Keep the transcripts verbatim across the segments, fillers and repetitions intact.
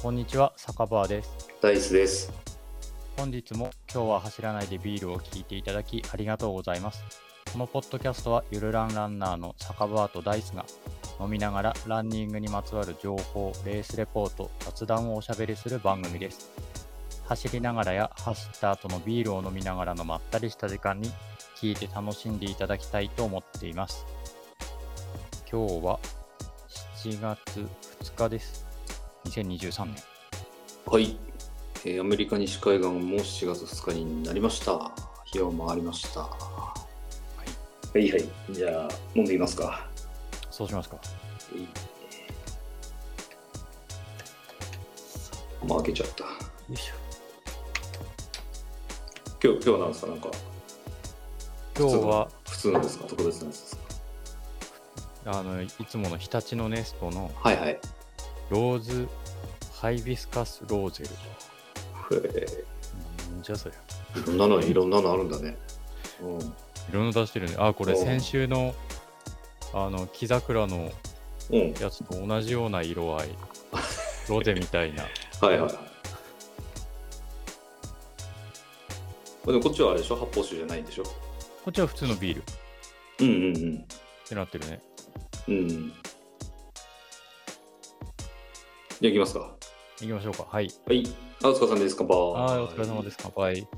こんにちは、酒場です。 ダイスです。 本日も今日は走らないでビールを聞いていただきありがとうございます。このポッドキャストはゆるランランナーの酒場とダイスが飲みながらランニングにまつわる情報、レースレポート、雑談をおしゃべりする番組です。走りながらや走った後のビールを飲みながらのまったりした時間に聞いて楽しんでいただきたいと思っています。今日はしちがつふつかです。にせんにじゅうさんねん。 はい、えーアメリカ西海岸もしちがつふつかになりました。日を回りました。はいはいはい。じゃあ飲んでみますか。 そうしますか。 はいまあ開けちゃった。 よいしょ。 今日今日は何ですか。なんか今日は普通のですか。特別なやつですか。 あのいつもの日立のネストのはいはい。 ローズハイビスカスローゼル。 へなんじゃそりゃ。 え。いろんなのいろんなのあるんだね。うん。 いろんな出してるね。あ、これうん先週のあの木桜のうん。 やつと同じような色合い。ロゼみたいな。 はいはいはい。でもこっちはあれでしょ。発泡酒じゃないんでしょ。 こっちは普通のビールっうんうんてなってるね。 うん。うん。じゃあ行きますか。 行きましょうか。はい。 はい。あ、お疲れ様です。乾杯。 はい、お疲れ様です。乾杯。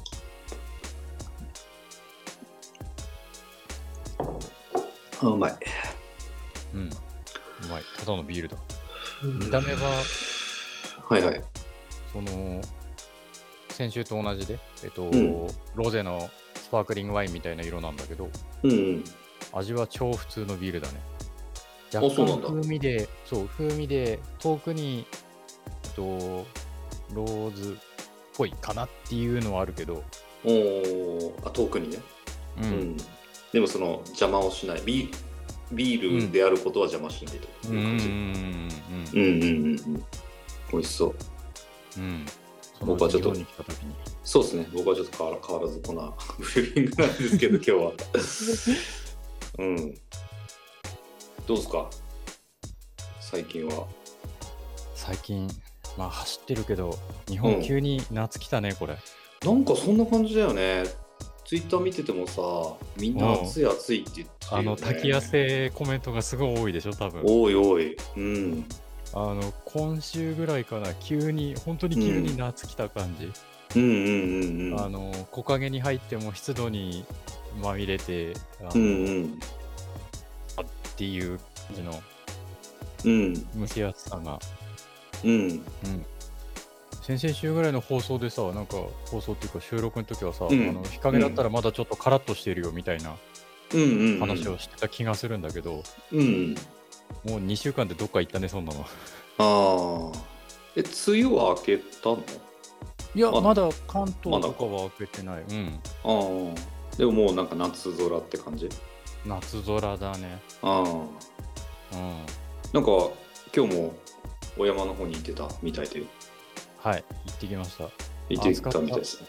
あ、うまい。 うん。うまい。ただのビールだ。見た目は、 はいはい。 その、先週と同じで、えっと、 んロゼのスパークリングワインみたいな色なんだけど、 うんうん。 味は超普通のビールだね。 あ若干そうなんだ風味で、そう、風味で遠くに、えっと、ローズっぽいかなっていうのはあるけど、 おーあ、遠くにね。 う。 うんん。でもその邪魔をしない。ビービールであることは邪魔しないとうん。うん。 いう感じ。 うん。 うんうんうんうん。美味しそう。 うん。うん。 僕はちょっとその日本に来た時に。 そうですね。僕はちょっと変わら変わらずこんなブリューイングなんですけど、今日は。うん。どうですか最近は。 最近、まあ走ってるけど、日本急に夏来たね、これ。 なんかそんな感じだよね。ツイッター見ててもさ、みんな暑い暑いって言ってるよね。 あの、滝汗コメントがすごい多いでしょ、多分。 おいおい。うん。 あの、今週ぐらいかな、急に、本当に急に夏来た感じ。 うんうんうんうん。 あの、木陰に入っても湿度にまみれて、あのうんうんっていう感じのうん蒸し暑さが、 うんうん。先々週ぐらいの放送でさ、なんか放送っていうか収録の時はさ、 うんあの日陰だったらまだちょっとカラッとしてるよみたいなうんうんうん話をしてた気がするんだけど、 うんもうにしゅうかんでどっか行ったね、そんなの。 ああえ梅雨は明けたのいや、 まだまだ関まだ東とかは開けてない。うん。 ああでももうなんか夏空って感じ夏空だね。 ああうん。 なんか今日もお山の方に行ってたみたいではい、行ってきました。 行ってたみたいですね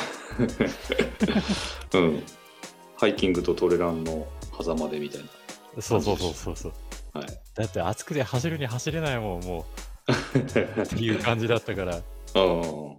うんハイキングとトレランの狭間でみたいなそうそうそうそうそう。 はいだって暑くて走るに走れないもん、もう。っていう感じだったから。 ああうん。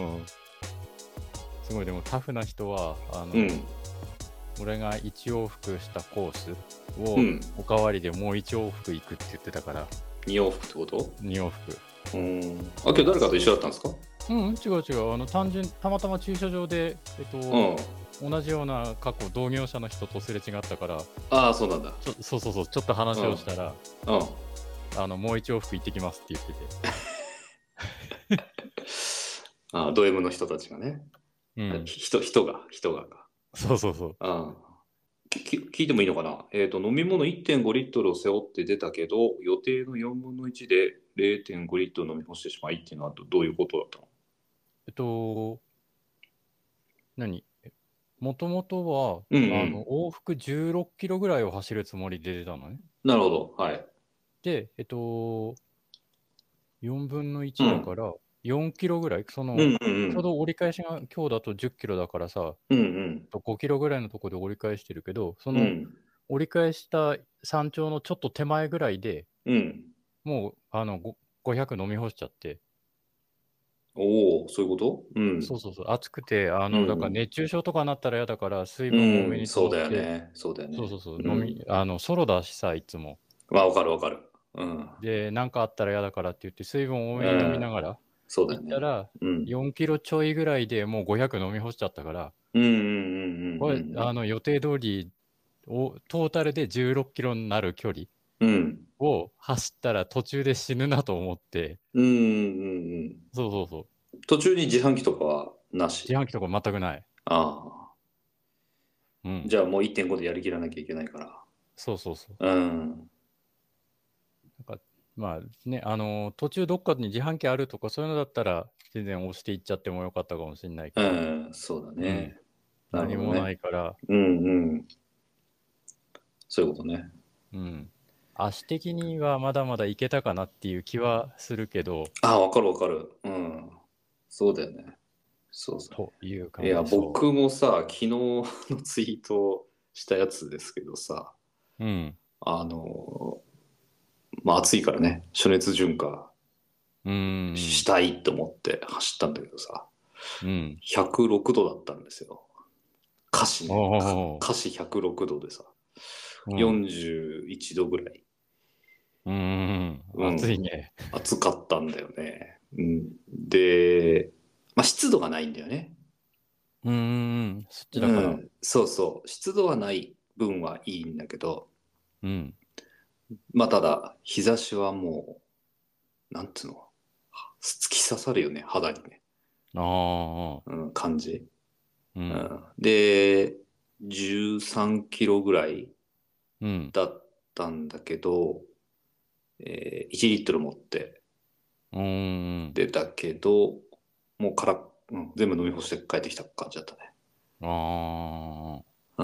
すごい、でもタフな人は、あの、 うん俺がいち往復したコースをうんおかわりでもういち往復行くって言ってたから、 に往復ってことに往復。 うんあ今日誰かと一緒だったんですかうん、違う違う。あの、単純、たまたま駐車場で、えっと、 うん同じような過去、同業者の人とすれ違ったから、 ああそうなんだちょそうそうそう、ちょっと話をしたら、 うんあの、もういち往復行ってきますって言ってて。 ああド M の人たちがね、 うん。 人人が人がかそうそうそう。 ああき聞いてもいいのかな、えーと飲み物いってんごリットルを背負って出たけど予定のよんぶんのいちで れいてんごリットル飲み干してしまいっていうのはどどういうことだったのえっと、何もともとは、 うんうんあの、往復じゅうろっキロぐらいを走るつもりで出たのね。 なるほどはいで、えっと、よんぶんのいちだからよんキロぐらい、その、 うんうんうんちょうど折り返しが今日だとじゅっキロだからさ、 うんうんごキロぐらいのところで折り返してるけど、そのうん折り返した山頂のちょっと手前ぐらいでうんもうあのごごひゃく飲み干しちゃって、 おお、そういうことうん。 そうそうそう、暑くて、あの、だからうん、 熱中症とかなったら嫌だから、水うん。うん、 分多めにそうだ取って、 よね。そうだよね。 そうそうそう、 うん。 飲みあの、ソロだしさ、いつも。 まあ、わかるわかる。うん。 で、なんかあったら嫌だからって言って、水分多めに飲みうん。 ながらそうだよね。 行ったら、 うん。 よんキロちょいぐらいでもうごひゃく飲み干しちゃったから、 うんうんうんうんこれ、 うんあの、予定通りをトータルでじゅうろっキロになる距離うん。うん。 を走ったら途中で死ぬなと思って、 うんうんうん。 そうそうそう。 途中に自販機とかはなし。 自販機とか全くない。 ああ。 うん。 じゃあもういってんごでやりきらなきゃいけないかそうそうそう。 ら。うん。 なんか、まあね、あのー途中どっかに自販機あるとかそういうのだったら全然押していっちゃってもよかったかもしれないけうど、 ん。そうだうん。 ね。なるほ何もなどね。 いから、 うんうん。そういうことね。 うん。足的にはまだまだいけたかなっていう気はするけど、 ああ、わかるわかる。うん。そうだよね。そうそというう。いや、 感じ、そ僕もさ、昨日のツイートしたやつですけどさ、 う。うん。 あの、まあ暑いからね、暑熱順化うーん。 したいと思って走ったんだけどさ、 うん。 ひゃくろくどだったんですよ。華氏ね。かおー。 華氏ひゃくろくどでさ、 うん。 よんじゅういちどぐらい。 うーん。 うん。 暑いね。 暑かったんだよね。うん。で、まあ湿度がないんだよね。 うーん。そっちだから。 うん。そうそう。湿度はない分はいいんだけど、 うん。 まあただ、日差しはもう、なんつうの、突き刺さるよね、肌にね。 ああ。 うん、感じ。 うん。 うん、で、じゅうさんキロぐらいうん。 だったんだけど、えーいちリットル持ってうーん。 出たけど、もうから、うん、全部飲み干して帰ってきた感じだったね。 あうん。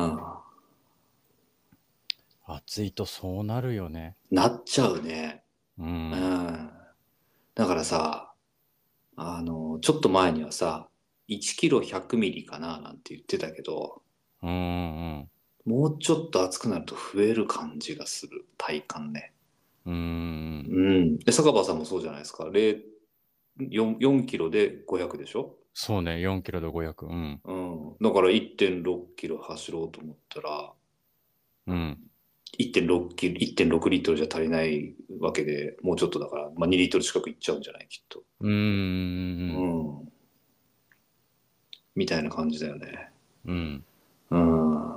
あ。暑いとそうなるよね。 なっちゃうね。 ううん。 ん。だからさ、あの、ちょっと前にはさ、いちキロひゃくミリかななんて言ってたけど、 うん。 もうちょっと暑くなると増える感じがする。体感ね。 うん。うん。 うん。で、坂場さんもそうじゃないですか。れいよん、よんキロでごひゃくでしょ？ そうね。よんキロでごひゃく。うん。 うん。だからいってんろっキロ走ろうと思ったら、 うん。 いってんろっキロ、いってんろくリットルじゃ足りないわけで、もうちょっとだから、まあ、にリットル近くいっちゃうんじゃない、きっと。 うーん。 うん。みたいな感じだよね。 うん。 うん。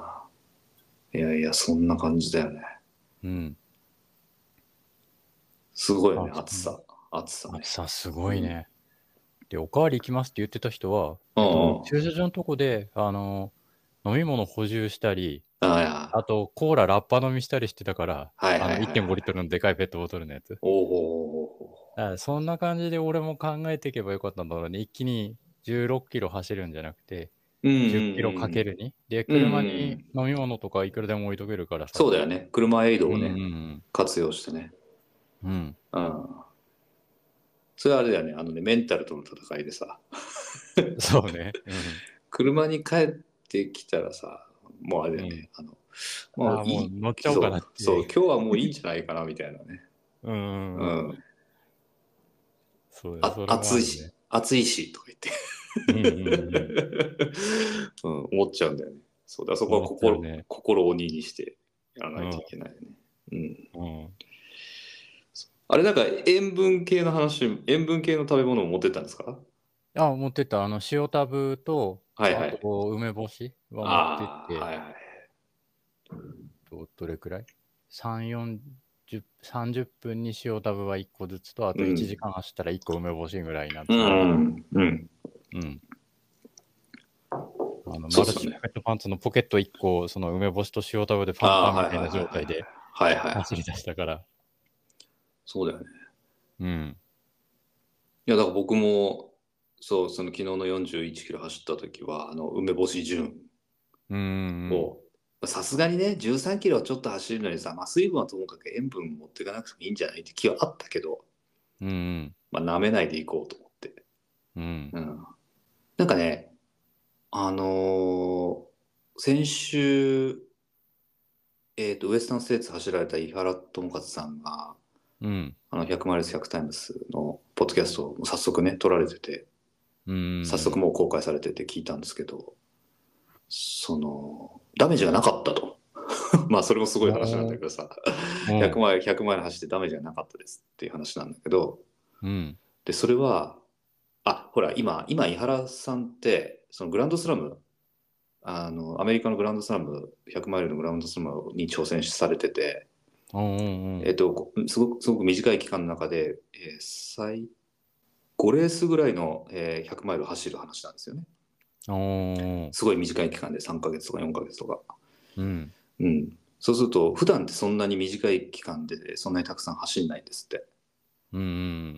いやいや、そんな感じだよね。 うん。 すごいよね、 あ、そ暑さ。暑さう。 ね。 さ、すうん。 ごいね。で、おかわり行きますって言ってた人は、 うんえっと、 うん。 駐車場のとこで、あの、飲み物補充したり、 ああ、いや。 あと、コーララッパ飲みしたりしてたから、 はいはいあの、 はいはい。 いってんごリットルのでかいペットボトルのやつ。 おお。 だからそんな感じで俺も考えていけばよかったんだろうね。一気にじゅうろっキロ走るんじゃなくて、 うんうじゅっキロかけんるに。で、 うん。うん車うん。 に飲み物とかいくらでも置いとけるからさ。 そうだよね。車エイドうんうをね、 ん活用してね。 うん。うん。 うん。それはあれだよね。あのね、メンタルとの戦いでさ、 そうね。うん。 車に帰ってきたらさ、もうあれだうん。 よね。あの、もうああ、もういい、 乗っちゃおうかなそう、そう、 っていう。 今日はもういいんじゃないかな、みたいなね。 うんうんうん。 うん。 そうだ、 あ、 それもあるね。 暑いし、暑いし、とか言って、 うんうんうん。 うん、思っちゃうんだよね。そうだ、そこは思っちゃう心、 ね。 心を鬼にしてやらないとうん。 いけないよね。うん。 うん。 あれ、なんか塩分系の話、塩分系の食べ物を持ってったんですか？ あ、持ってった。あの、塩タブと、あはいはい。 と、梅干しは持ってっああ、はて、 いはい。 どどれくらい？ さん、よんじゅう、さんじゅっぷんに塩タブはいっこずつと、あと1 うん。 時間走ったらいっこ梅干しぐらいなう感じで。 ん。うん。 うん。あの、マルそうっすよね。 チポケットパンツのポケットいっこ、その梅干しと塩タブでパンああ、 パンみたいなはいはいはいはい。 状態ではいはいはい。 走り出したから。 そうだよね。 うん。 いや、だから僕も、そう、その昨日のよんじゅういちキロ走った時は、あの、梅干し純うんうんを、さすがにね、じゅうさんキロちょっと走るのにさ、まあ、水分はともかく塩分持っていかなくてもいいんじゃないって気はあったけど、 うん。うんまあ、舐めないでいこうと思って。 うん。うん。 うん。なんかね、あのー先週、えっと、ウエスタンステーツ走られた井原智和さんが、 うん。 あの、ひゃくマイルスひゃくタイムスのポッドキャストを早速ね、撮られてて、 うん。 早速もう公開されてて聞いたんですけど、その、ダメージがなかったと。まあそれもすごい話なんだけどさ、ひゃくうん。 マイル、ひゃくマイル走ってダメージがなかったですっていう話なんだけど、 うん。 で、それは、あ、ほら、今、今、井原さんって、そのグランドスラム、あの、アメリカのグランドスラム、ひゃくマイルのグランドスラムに挑戦されてて、 うんうんえっと、こすごく、すごく短い期間の中で、えー最、ごレースぐらいの、えーひゃくマイル走る話なんですよね。 うん。おー。 すごい短い期間でさんかげつとかよんかげつとか。 うん。 うん。そうすると、普段ってそんなに短い期間でそんなにたくさん走んないんですって。 うんうん。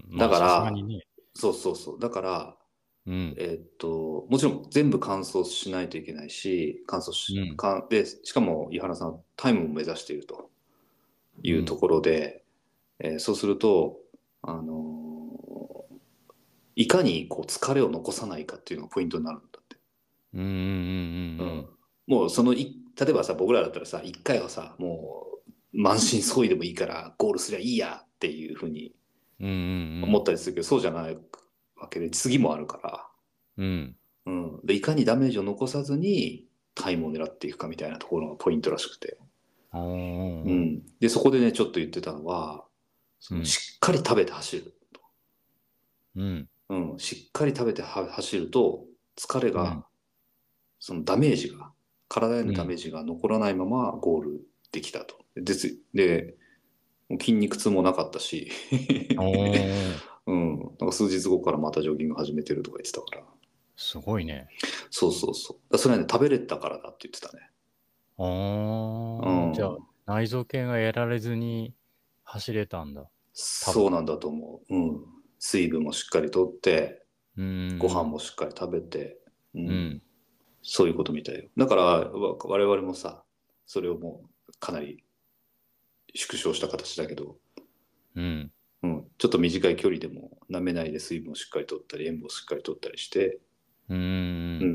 まだあ、さすがから、 にね。 そうそうそう。だから、 うん。 えっと、もちろん全部完走しないといけないし、完走し、 うん。 かで、しかも井原さんはタイムを目指しているとうん。 いうところで、えーそうすると、あのーいかにこう疲れを残さないかっていうのがポイントになるんだって。 うんうんうんうん。 うんもうそのい、例えばさ、僕らだったらさ、一回はさ、もう満身創痍でもいいからゴールすりゃいいやっていうふうにうん。うんうん思ったりするけど、そうじゃないわけで、次もあるかうん。うん。 ら、うん。で、いかにダメージを残さずにタイムを狙っていくかみたいなところがポイントらしくて。 おー。 うん。で、そこでね、ちょっと言ってたのは、そのうん。 しっかり食べて走る。 うん。 うん。しっかり食べては走ると、疲れうん。 が、そのダメージが、体へのダうん。 メージが残らないままゴールできたと。で、でもう筋肉痛もなかったし、 おー。 うん。なんか数日後からまたジョギング始めてるとか言ってたから。 すごいね。 そうそうそう。だそれはね、食べれたからだって言ってたね。うああ、じゃあ、 ん。 内臓系がやられずに走れたんだ。多分。 そうなんだと思う。うん。水分もしっかりとって、 うんご飯うんもしっかり食べて、ううん。うん。 ん。 そういうことみたいよ。だから、わ我々もさ、それをもうかなり縮小した形だけど、 うん。 うん。ちょっと短い距離でも舐めないで水分をしっかりとったり、塩分をしっかりとったりして、 うん。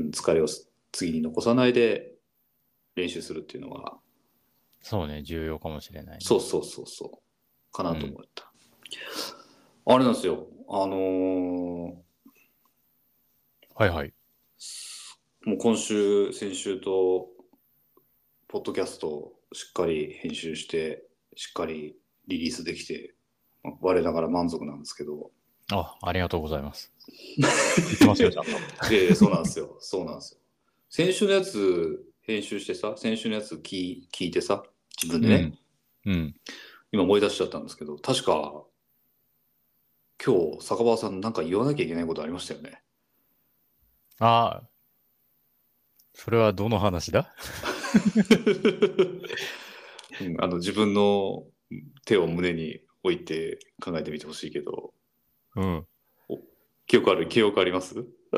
うん、疲れを次に残さないで練習するっていうのは、 そうね、重要かもしれないね。 そうそうそうそう、かなとうん。 思った。あれなんですよ。あのーはいはい。 もう今週、先週と、ポッドキャストをしっかり編集して、しっかりリリースできて、まあ我ながら満足なんですけど、 あ、ありがとうございます。聞いてますよ、ちゃんと。 いやいや、そうなんですよ。そうなんですよ。先週のやつ編集してさ、先週のやつ聞聞いてさ、自分でね、 うん。うん。 今思い出しちゃったんですけど、確か今日、坂場さんなんか言わなきゃいけないことありましたよね。 ああ、それはどの話だ？ うん、あの自分の手を胸に置いて考えてみてほしいけど、 うん。 お記憶ある記憶あります？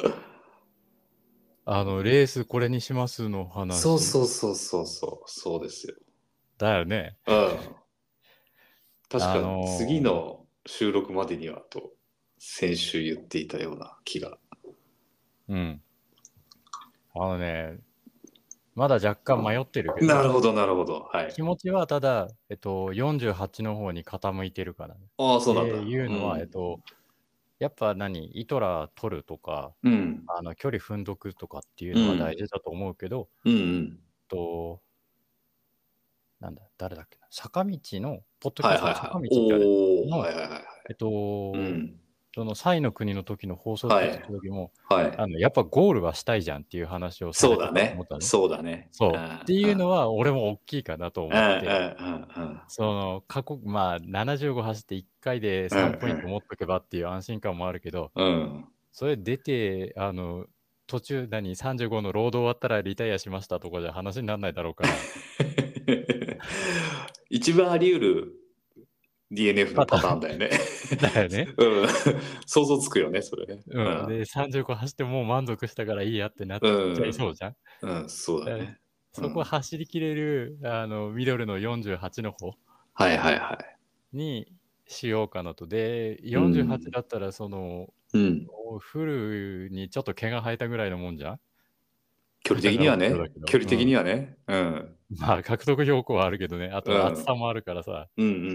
あの、レースこれにしますのそう話そうそうそうそう、そうですよ。 だよね。 うん。確あか次のの収録までにはと先週言っていたような気が。 ーうん。あのね、まだ若干迷ってるけど、 なるほど、なるほど。はい。 気持ちはただ、えっと、よんじゅうはちの方に傾いてるからね。 ああ、そうなんで、 だ。 いうのは、えっうん。 と、やっぱ何、イトラ取るとか、 うん。 あの、距離踏んどくとかっていうのは大うん。 事だと思うけど、 うん。うん。 と、なんだ、誰だっけな、坂道の、ポッドキャストの坂はいはいはい。 道ってあるおお、 の、 はいはいはいはい。 えっと、 うん。 その、サイの国の時の放送聞いてたはい。 時も、 はい。 あの、やっぱゴールはしたいじゃんっていう話をさそうれてだね。 たと思ったね。 そうだね。うそう。ってん。うん。 いうのは、俺も大きいかなとうん。う思って、 ん。うん。 その、過去、まあ、ななじゅうご走っていっかいでうん。うさんポイントん。 持っとけばっていう安心感もあるけど、 うん。 それ出て、あの、途中、何、さんじゅうごのロード終わったらリタイアしましたとかじゃ話にならないだろうから、 一番あり得る ディーエヌエフ のパパターンターンだよね。 だよね。 うん。想像つくよね、それね。ううん。 ん。 で、さんじゅうご走ってもう満足したからいいやってなっうちゃいん。 そうじゃん。 うん。そうだだからね。うそこん。 走りきれる、あの、ミドルのよんじゅうはちの方はいはいはい。 にしようかなと。で、 うよんじゅうはちん。 だったら、その、 うん。 フルにちょっと毛が生えたぐらいのもんじゃん。 距離的にはね。 だからろくキロだけど。 距離的うん。 にはね。うん。 まあ、獲得標高はあるけどね。あうん。 と厚さもあるからさ。 うんうんうん。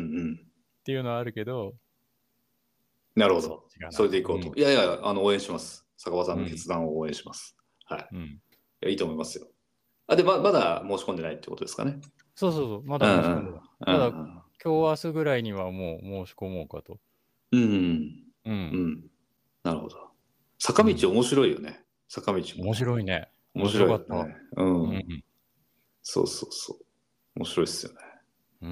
っていうのはあるけど、 なるほど。 そっちかなと。 それでいこうと。 うん。 いやいや、あの、応援します。 坂場さんの決断を応援します。はい。 うん。 いや、いいと思いますよ。あ、で、ま、まだ申し込んでないってことですかね。 そうそうそう、まうだ申し込んでない。 んうん。 ただ、 うん今日明日ぐらいにはもう申し込もうかと。 うん。うん。 う。 うんん。なるほど。坂道うん面白いよね。坂道も面ね。 白いね。面面白いよ白かったわ。 ね。う。 うんん。 そうそうそう。面白いっすよね。 うん。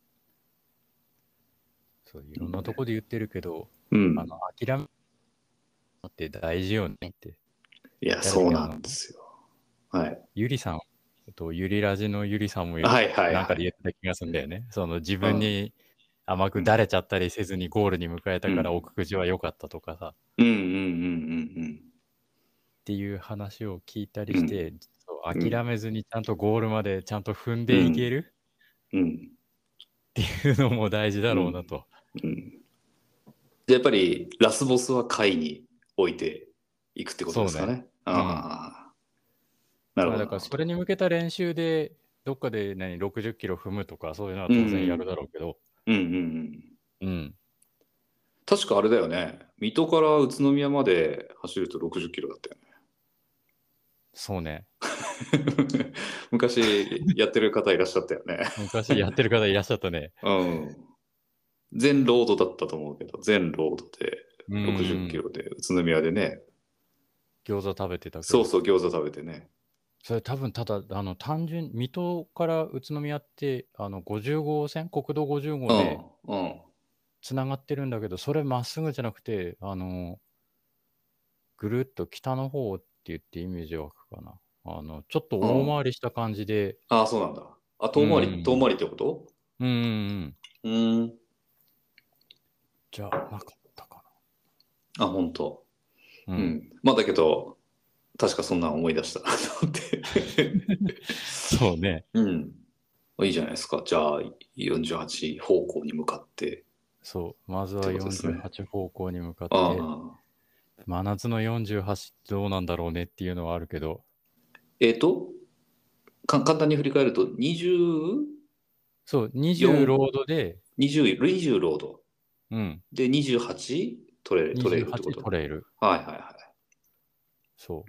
そう、いろんなとこで言ってるけど、 うん。 あの、諦めって大事よねって。 いや、 誰だっけ、あの、 そうなんですよ。はい。 ゆりさん、えっと、ゆりラジのゆりさんも言っはいはいなんかで言はい。 ってた気がするんだよね。その自うん。 分に甘うん。 くだれちゃったりせずにゴールに迎えたからうん奥久慈は良かったとかさ、っうんうんうんていう話を聞いたりうんうん。 して、そううん諦めずにちゃんとゴールまでちゃんと踏んでいけうんるうんっていうのも大事だうんろうなと。 うん。で、やっぱりラスボスは下位に置いていくってことでそうね。 すかね。 うん。 ああ、なるまあほどなるほど。 だからそれに向けた練習で、どっかで何、ろくじゅっキロ踏むとか、そういうのはうん当然やるだろうけど、 うんうんうん。 うん。 確かあれだよね。水戸から宇都宮まで走るとろくじゅっキロだったよね。 そうね。 昔やってる方いらっしゃったよね。 昔やってる方いらっしゃったね。 うん。全ロードだったと思うけど、全ロードでう 60キん。 ロで宇都宮でね、 餃子食べてたけど。 そうそう餃子食べてね。 それ多分ただ、あの、単純、水戸から宇都宮って、あの、ごじゅうごうせん、国道ごじゅうごうでんうんつながってるんだけど、それまっすぐじゃなくて、あの、ぐるっと北の方って言ってイメージ湧くかな。あの、ちょっと大うん。 回りした感じで、 ああ、そうなんだ。あ、 う遠回り、遠ん、 回りってこと？ うん、うん、 うーん。 じゃなかったかあ、本当。 な。うん。 うん。まあだけど、確かそんなん思い出したなと思って。 そうね。 うん。いいじゃないですか。じゃあ、よんじゅうはち方向に向かってそう。まずってはことですね。 よんじゅうはち方向に向かっあて、 あ。 真夏のよんじゅうはちどうなんだろうねっていうのはあるけど、 えっと、か簡単に振り返ると、にじゅうよん、 そう、にじゅうロードで、 にじゅう、にじゅうロード。 うん、 で、にじゅうはちトレ、トレイルってこにじゅうはちと？ トレイル。 はいはいはい。 そう。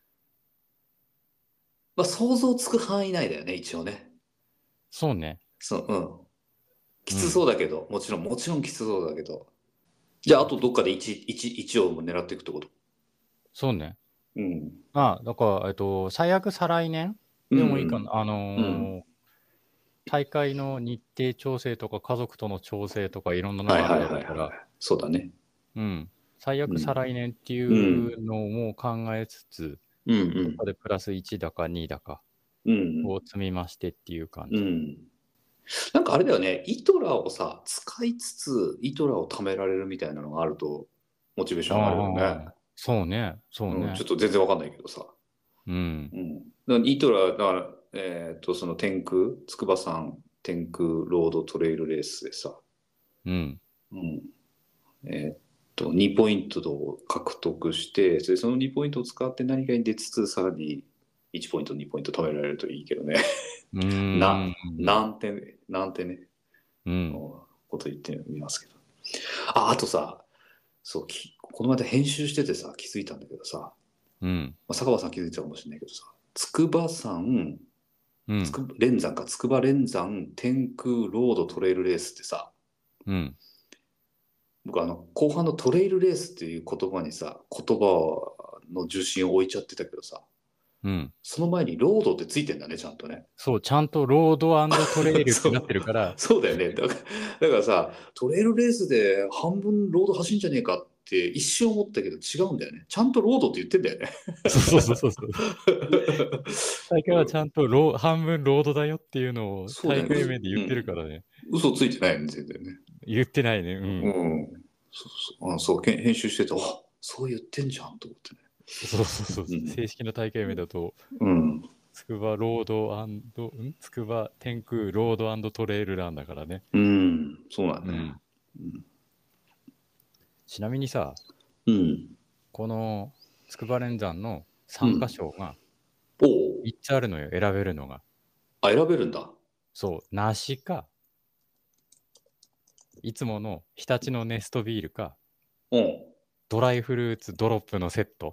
まあ、想像つく範囲内だよね、一応ね。 そうね。 そう、うん。きつそうん。 うだけど、もちろん、もちろんきつそうだけど。じゃあ、あとどっかでいち、いち、いちを狙っていくってこと？ そうね。 うん。 まあ、だから、えっと、最悪再来年うでもいいかん。 な。あうん。 のー大会の日程調整とか家族との調整とかいろんなのはいがあるはいはいはい。 だろうから、 そうだね。 うん。最悪再うん。 来年っていうん。 うのも考えつつ、 うんうどっん。 かでプラスいちだかにだかうん。 を積み増してっていう感じ。 うん。なんかあれだよね、イトラをさ、使いつつ、イトラを貯められるみたいなのがあると、モチベーション上がるよね。 ああ、そうね、そううん、ちょね。 っと全然わかんないけどさ。 うん。 うん。だからイトラ、だから、えっと、その天空、筑波山天空ロードトレイルレースでさ、 うん。 うん。えっと、にポイントを獲得して、それそのにポイントを使って何かに出つつ、さらにいちポイント、にポイント貯められるといいけどね。 うーな、 ん。 なんてね、なんてね、 うん。 こと言ってみますけど。あ、あとさ、そう、きこの間編集しててさ、気づいたんだけどさ、 うん。 まあ、坂場さん気づいてたかもしれないけどさ、筑波山、つうん。 く連山か、筑波連山天空ロードトレイルレースってさ、 うん。 僕あの、後半のトレイルレースっていう言葉にさ、言葉の重心を置いちゃってたけどさ、 うん。 その前にロードってついてんだね、ちゃんとね。 そう、ちゃんとロードトレイルってなっそう、 てるから、 そうだよね。だから、だからさ、トレイルレースで半分ロード走んじゃねえかって一瞬思ったけど違うんだよね。ちゃんとロードって言ってんだよね。 そうそうそうそう。大会はちゃんとロー半分ロードだよっていうのをそうだよね。 大会名で言ってるうん。 からね。 嘘ついてないよね、全然ね。 言ってないね。ううん。 ん。そうそう。あ、そう、け編集してて、あ、そう言ってんじゃんと思ってね。 そうそうそう。 うん。 正式な大会名だと、 うん。 つくばロードんつくば天空ロードトレイルランだからね。 うん。そうなんだね。 うん。ちなみにさ、 うん。 この筑波連山の参加うん。 賞がおお。 みっつあるのよ、選べるのが。 あ、選べるんだ。 そう、梨か、いつもの日立のネストビールか、 うん。 ドライフルーツドロップのセット。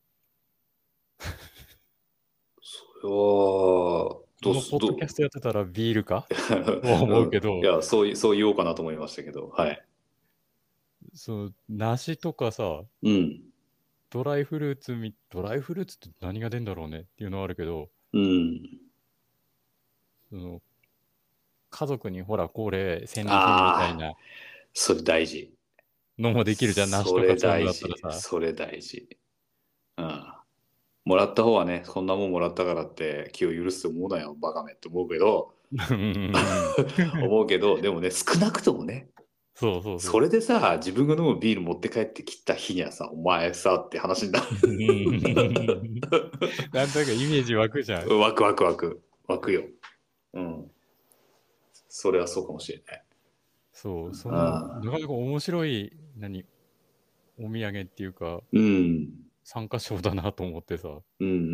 それは、 このポッドキャストやってたらビールかとは思うけど、 うんいやそうい、そう言おうかなと思いましたけど、はい。 そう、梨とかさ、 うん。 ドライフルーツみ、ドライフルーツって何が出んだろうねっていうのはあるけど、 うん。 その家族にほら、これ、戦利品みたいああ、 なそれ大事。 のもできるじゃん、梨それとかそういうのだ大事。 ったらさ。 それ大事。うん。もらった方はね、こんなもんもらったからって気を許すと思うなよ、バカめって思うけど、思うけど、でもね、少なくともね、 そうそうそそれでさ、自分が飲むビール持って帰ってきた日にはさ、お前さって話になう。なんとなくイメージ湧くじゃん。 る。ワクワクワク。ワクよ。うん。それはそうかもしれない。 そう、その、 あなかなか面白い、何、お土産っていうか、 うん。 参加賞だなと思ってさ。 うんうんうん。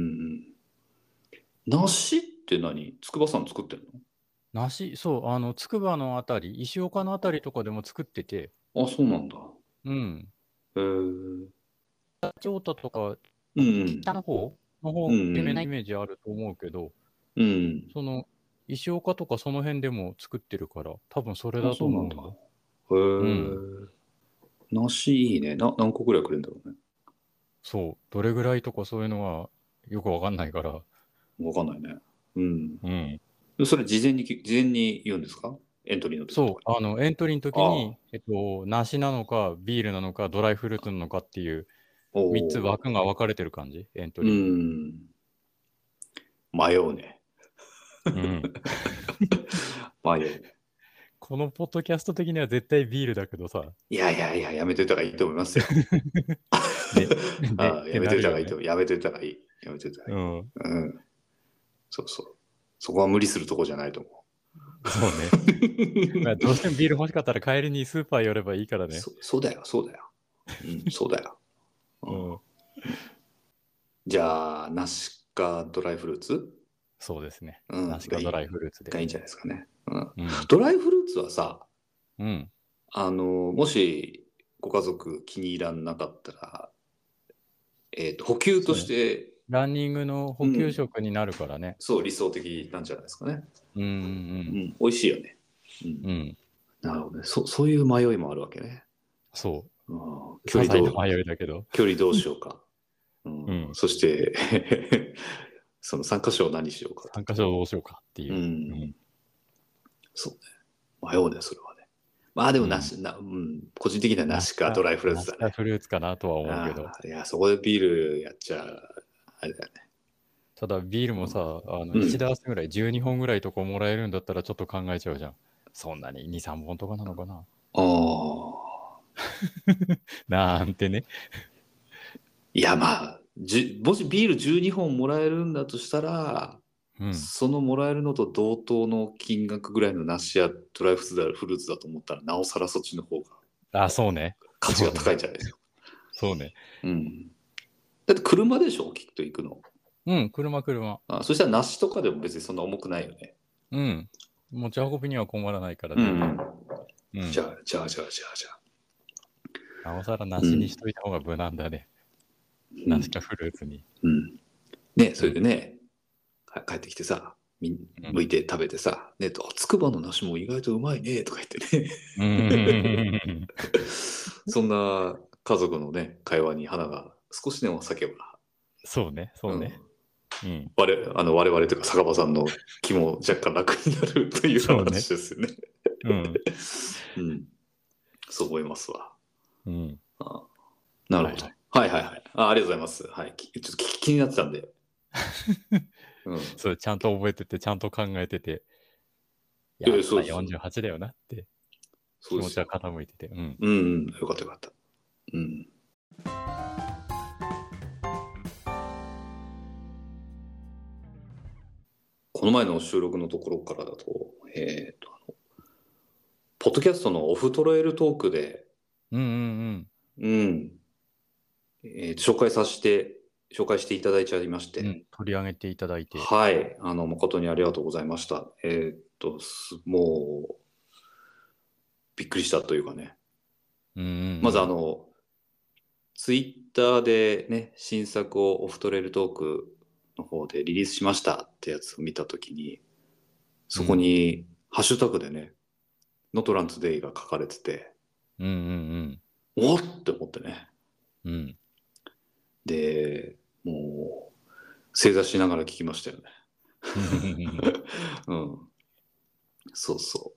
梨って何筑波山作ってん梨、そう、あの、つくばのあたり、石岡のあたりとかでも作ってて、 の？あ、そうなんだ。 うん。 へえ。うん京都とか、 うん北の方の方、 うん有名なイメージあると思うけど、 うん。 その、石岡とかその辺でも作ってるから、多分それあ、 だとそうなんだ。 思うよ。 へうん。 え。梨いいね。な、何個ぐらいくれるんだろうね。 そう、どれぐらいとかそういうのはよくわかんないから、 わかんないね。うん。 うん。 それ事前にき、事前に言うんですか？エントリーの時とそう、 かに。 あの、エントリーの時ああ。 に、えっと、梨なのか、ビールなのか、ドライフルーツなのかっていうおみっつお。 枠が分かれてる感じ、エントうリーに。 ん。迷うね。 うん。 迷うね。 このポッドキャスト的には絶対ビールだけどさ。 いやいやいや、やめといた方がいいと思いますよ。 ね。ねっああ、 てやめといたなるよね。 方がいいと思う。やめといた方がいい。やめといた方がいい。 うん。 うん。そうそう。そこは無理するとこじゃないと思そうね。まあ、 う。 どうしてもビール欲しかったら帰りにスーパー寄ればいいからね。 そ、そうだよ、そうだよ。うん、そうだよ。ううん。 ん、じゃあ、ナシかドライフルーツ、 そうですね。 うん、 梨かドライフルーツで。 がいいんじゃないですかね。うん、 うん。 ドライフルーツはさ、 うん。 あの、もしご家族気に入らなかったら、えっと、補給として、 ランニングの補給食になるからね。 そう、理想的なんじゃないですかね。 うんううんん、美味しいよね。うん。 うん。うん。 なるほどね。そ、そういう迷いもあるわけね。 そうん、 う。 距離どう、 些細な迷いだけど。 距離どうしようか。うんうん。 そしてその参加賞を何しようかと。 参加賞どうしようかっていうう。 ん、そうね。迷うね、それはね。まあでもなし、な、うん、個人的にはなしかドライフルーツだね。 梨かフルーツかなとは思うけど。 ああ、いや、そこでビールやっちゃ、あれだよね。 ただビールもさ、あの、 うんいちダースぐらい、じゅうにほんぐらいとかもらえるんだったらちょっと考えちゃうじゃん。そんなにに、さんぼんとかなのかな。 ああ。 なんてね。 いや、まあ、じゅもしビールじゅうにほんもらえるんだとしたら、 うん。 そのもらえるのと同等の金額ぐらいの梨やドライフルーツだと思ったら、なおさらそっちの方があ、そうね。 価値が高いんじゃないですか。 そうね。 うん。だって車でしょ、きっと行くの。 うん、車車。 あ、そしたら梨とかでも別にそんな重くないよね。 うん。持ち運びには困らないからう全然。 ん。 うん。 じゃあ、じゃあ、じゃあ、じゃあ、じゃあ。 なおさら梨にしといた方が無難だね。 うん梨かフルーツに。 うん。ね、それでね、か帰ってきてさ、みんうん剥いて食べてさ、ね、と、つくばの梨も意外とうまいね、とか言ってね。 うん。 そんな家族のね、会話に花が少しでも咲けば、 そうね、そうね。 うんうん。 我あの我々というか坂場さんの気も若干楽になるというそうね話ですよね。 うん。 うん。そう思いますわ。 うん。 あなるほど。 ははいはいはい。あありがとうございます。はい。きちょっと気気になってたんで。うん。 そう、ちゃんと覚えてて、ちゃんと考えてて、 いややっぱそうですよんじゅうはちだよなって気持ちはそうですよ。 傾いてて。うん。 うん、うん。よかったよかった。うん。この前の収録のところからだと、えっと、あのポッドキャストのオフトロエルトークで、 うんうんうん、えー紹介させて、紹介していただいちゃいまして、 うん。うん。取り上げていただいて。 はい、あの、誠にありがとうございました。えーっと、すもう、びっくりしたというかね。 うんうんうん。 まずあの、 ツイッターでね、新作をオフトレイルトークの方でリリースしましたってやつを見たときに、そこにハッシュタグでね、ノトラントデイが書かれてて、 うんうんおっって思ってね。 うん。うん。 で、もう、正座しながら聞きましたよね。うん。そうそう。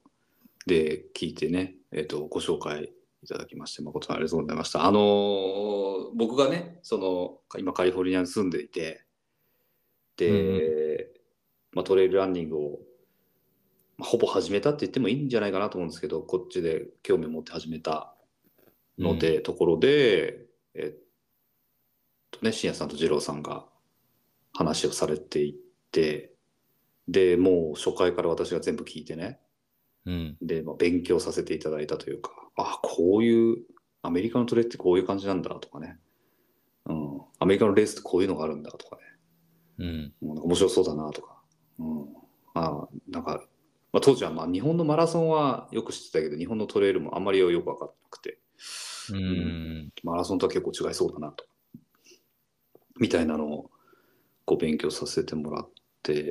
で、聞いてね、えっと、ご紹介いただきまして、誠にありがとうございました。あのー僕がね、その、今カリフォルニアに住んでいて、で、 うんうんまあ、トレイルランニングを、まあ、ほぼ始めたって言ってもいいんじゃないかなと思うんですけど、こっちで興味を持って始めたので、ところで、えっとね、深夜さんと二郎さんが話をされていて、で、もう初回から私が全部聞いてね、 うんで、まあ、勉強させていただいたというか、あ、こういう、アメリカのトレってこういう感じなんだとかね、うん、アメリカのレースってこういうのがあるんだとかね、 うん。 うん、なんか面白そうだなとか、うん、あ、なんか、まあ、当時はまあ日本のマラソンはよく知ってたけど、日本のトレイルもあんまりよく分かんなくて、 うん。 うん、マラソンとは結構違いそうだなと、みたいなのをこう勉強させてもらって、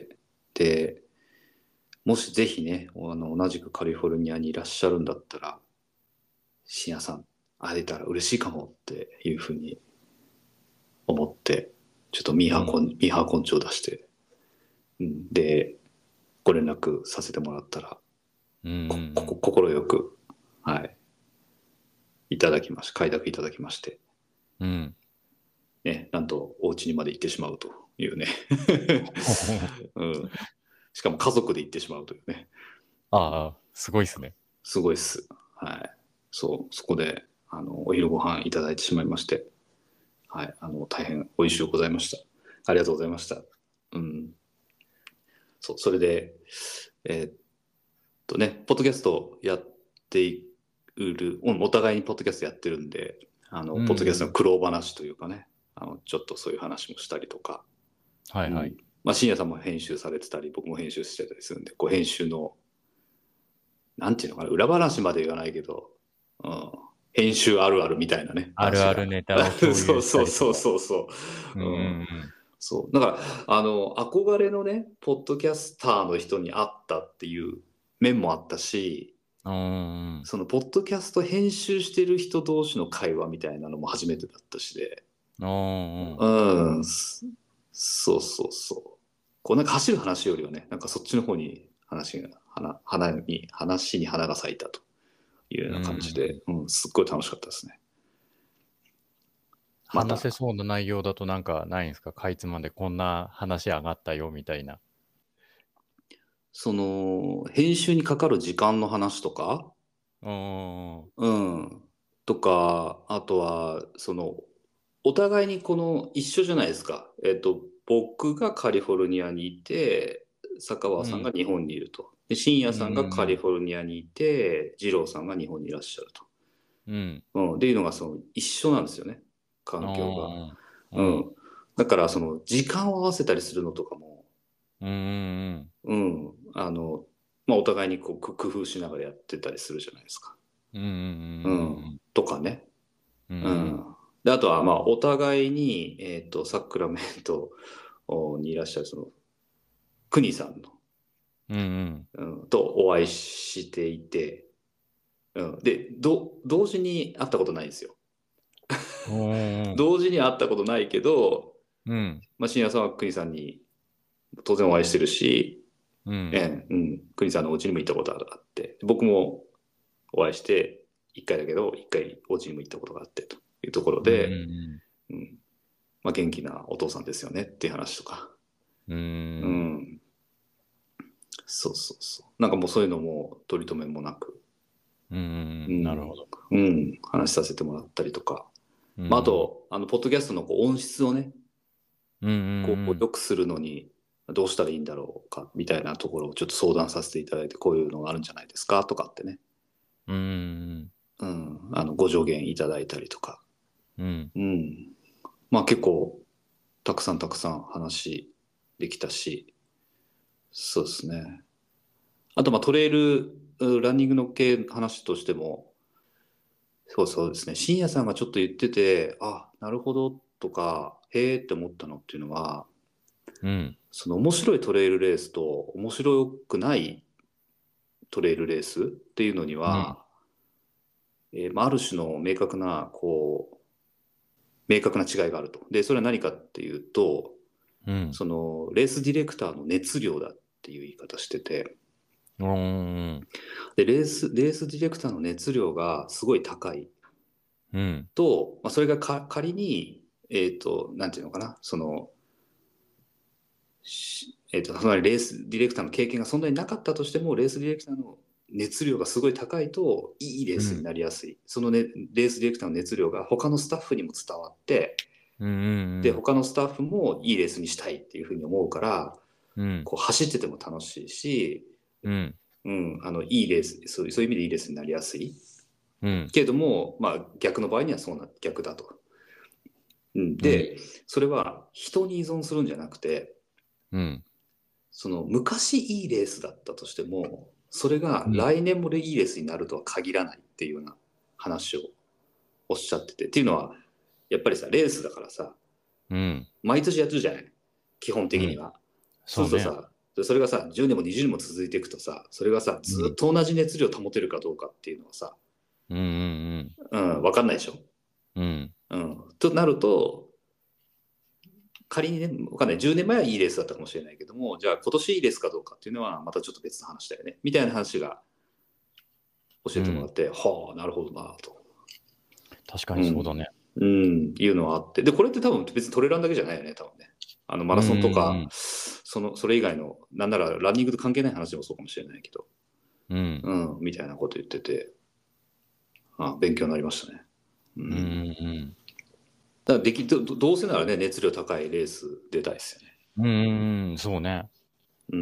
で、もしぜひね、あの同じくカリフォルニアにいらっしゃるんだったら、深夜さん会えたら嬉しいかもっていうふうに思って、ちょっとミーハーコン、ミーハー根性を出して、うん、で、ご連絡させてもらったら、 うんうんここ心よく、はい、いただきまし、快諾いただきまして、 うん。 ね、なんとお家にまで行ってしまうというね、うん、しかも家族で行ってしまうというね、 ああ、すごいっすね。 すごいっす。はい。そう、そこで、あの、お昼ご飯いただいてしまいまして、はい、あの、大変美味しゅうございました。ありがとうございました。うん。そう、それで、えーっとね、ポッドキャストやっている、おお互いにポッドキャストやってるんで、あの、 うんポッドキャストの苦労話というかね、あの、ちょっとそういう話もしたりとか、 はいはい。 うん、まあ、深夜さんも編集されてたり、僕も編集してたりするんで、こう、編集の、なんていうのかな、裏話まで言わないけど、うん、編集あるあるみたいなね、 ある話が。 あるネタを共そう有したそうそうりとか。 そうそうんう。うん、 うんそう。だから、あの、憧れのね、ポッドキャスターの人に会ったっていう面もあったし、 うん。うんうんその、ポッドキャスト編集してる人同士の会話みたいなのも初めてだったしで、 うん。 うん、すそうそうそう。こう、なんか走る話よりはね、なんかそっちの方に話が、花、花に、話に花が咲いたというような感じで、うん、すっごい楽しかったですね。また、 話せそうな内容だとなんかないんですか？かいつまんでこんな話上がったよみたいな。 その、編集にかかる時間の話とか、 うん。 うん、とか、あとは、その、お互いにこの一緒じゃないですか。えっと、僕がカリフォルニアにいて、坂川さんがうん。 日本にいると。で、深夜うんさんがカリうんフォルニアにいて、二郎さんが日本にいらっしゃると。 うん。うん。 うん、っていうのがその一緒なんですよね。環境が。 うん。 うん。だからその時間を合わせたりするのとかも、 うん。 うん、あの、まあ、お互いにこうく工夫しながらやってたりするじゃないですか。 うん。うん。 うん。とかね。 うん。 ううん。 ん。で、あとはまあお互いに、えっと、サクラメントにいらっしゃるその、クニさんの、 うん。 うん、とお会いしていて、うん。で、ど、同時に会ったことないんですよ。 うん。 同時に会ったことないけど、 うん。 まあ、深夜さんは国さんに当然お会いしてるし、 うん。 ええ、うん、国さんのお家にも行ったことがあって、僕もお会いして、一回だけど、一回お家にも行ったことがあってというところうん。 で、うん、まあ、元気なお父さんですよねっていう話とか、 うん。 ううん。 ん、そうそうそう。なんかもうそういうのも取り留めもなく、 うん。なるうん、 ほど。 うん、話させてもらったりとか、まあ、あうん。 と、あの、ポッドキャストのこう音質をね、 うん。うこう、 ん。 良くするのに、どうしたらいいんだろうか、みたいなところをちょっと相談させていただいて、こういうのがあるんじゃないですか、とかってね、 うん。 うん、あの、ご助言いただいたりとか、 うん。 うん。まあ結構、たくさんたくさん話できたし、そうですね。あと、まあトレイル、ランニングの系話としても、 そうそうですね。深夜さんがちょっと言ってて、あ、なるほどとか、へーって思ったのっていうのは、 うん。 その面白いトレイルレースと面白くないトレイルレースっていうのにうん。 は、えーまあ、ある種の明確な、こう、明確な違いがあると。で、それは何かっていうと、 うん。 そのレースディレクターの熱量だっていう言い方してて、 うん。 で、レース、レースディレクターの熱量がすごい高いうん。 と、まあ、それがか仮に、えっと、なんていうのかな、その、しえっと、つまりレースディレクターの経験がそんなになかったとしても、レースディレクターの熱量がすごい高いと、いいレースにうん。 なりやすい。その、ね、レースディレクターの熱量が他のスタッフにも伝わって、 うん。うで、 ん。 他のスタッフもいいレースにしたいっていうふうに思うから、 うん。 こう走ってても楽しいし、 うん。 うん、あのいいレースそう、そういう意味でいいレースになりやすいうん。 けれども、まあ、逆の場合にはそうな逆だと。うん、 うん。 でそれは人に依存するんじゃなくて、 うん。 その昔いいレースだったとしてもそれがうん。 来年もいいレースになるとは限らないっていうような話をおっしゃってて、っていうのはやっぱりさレースだからさうん。 毎年やってるじゃない、基本うん。 的には。そうそうね。 するとさ、それがさじゅうねんもにじゅうねんも続いていくとさ、それがさずっうん。 と同じ熱量を保てるかどうかっていうのはさ、 うん。うん。 うん、分かんないでしょ。 うん。 うん、となると仮にね、分かんない、じゅうねんまえはいいレースだったかもしれないけども、じゃあ今年いいレースかどうかっていうのはまたちょっと別の話だよねみたいな話が教えてもらうん。 って、はあなるほどなと、 確かうん、 にそうだね。 うん、いうのはあって、でこれって多分別にトレランだけじゃないよね多分ね。あのマラソンとか、そのそれ以外のなんならランニングと関係ない話でもそうかもしれないけど、 うん。 うん、みたいなこと言ってて、あ勉強になりましたね。ううん。うん。 ん、 うん。 だからできどどうせならね熱量高いレース出たいですよね。 うん。うん。そうね。 うん、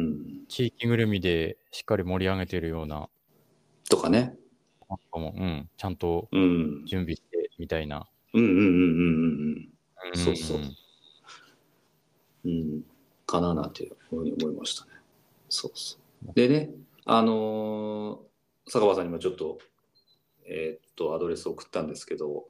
地域ぐるみでしっかり盛り上げてるような、 とかね。 なんかも、うん、ちゃんとうん、 準備してみたいな。 うんうんうんうんうんうん。 うん。 そうそうん。 う。うん。かななんていうふうに思いましたね。そうそう。でね、あのー坂場さんにもちょっと、えーっと、アドレスを送ったんですけど、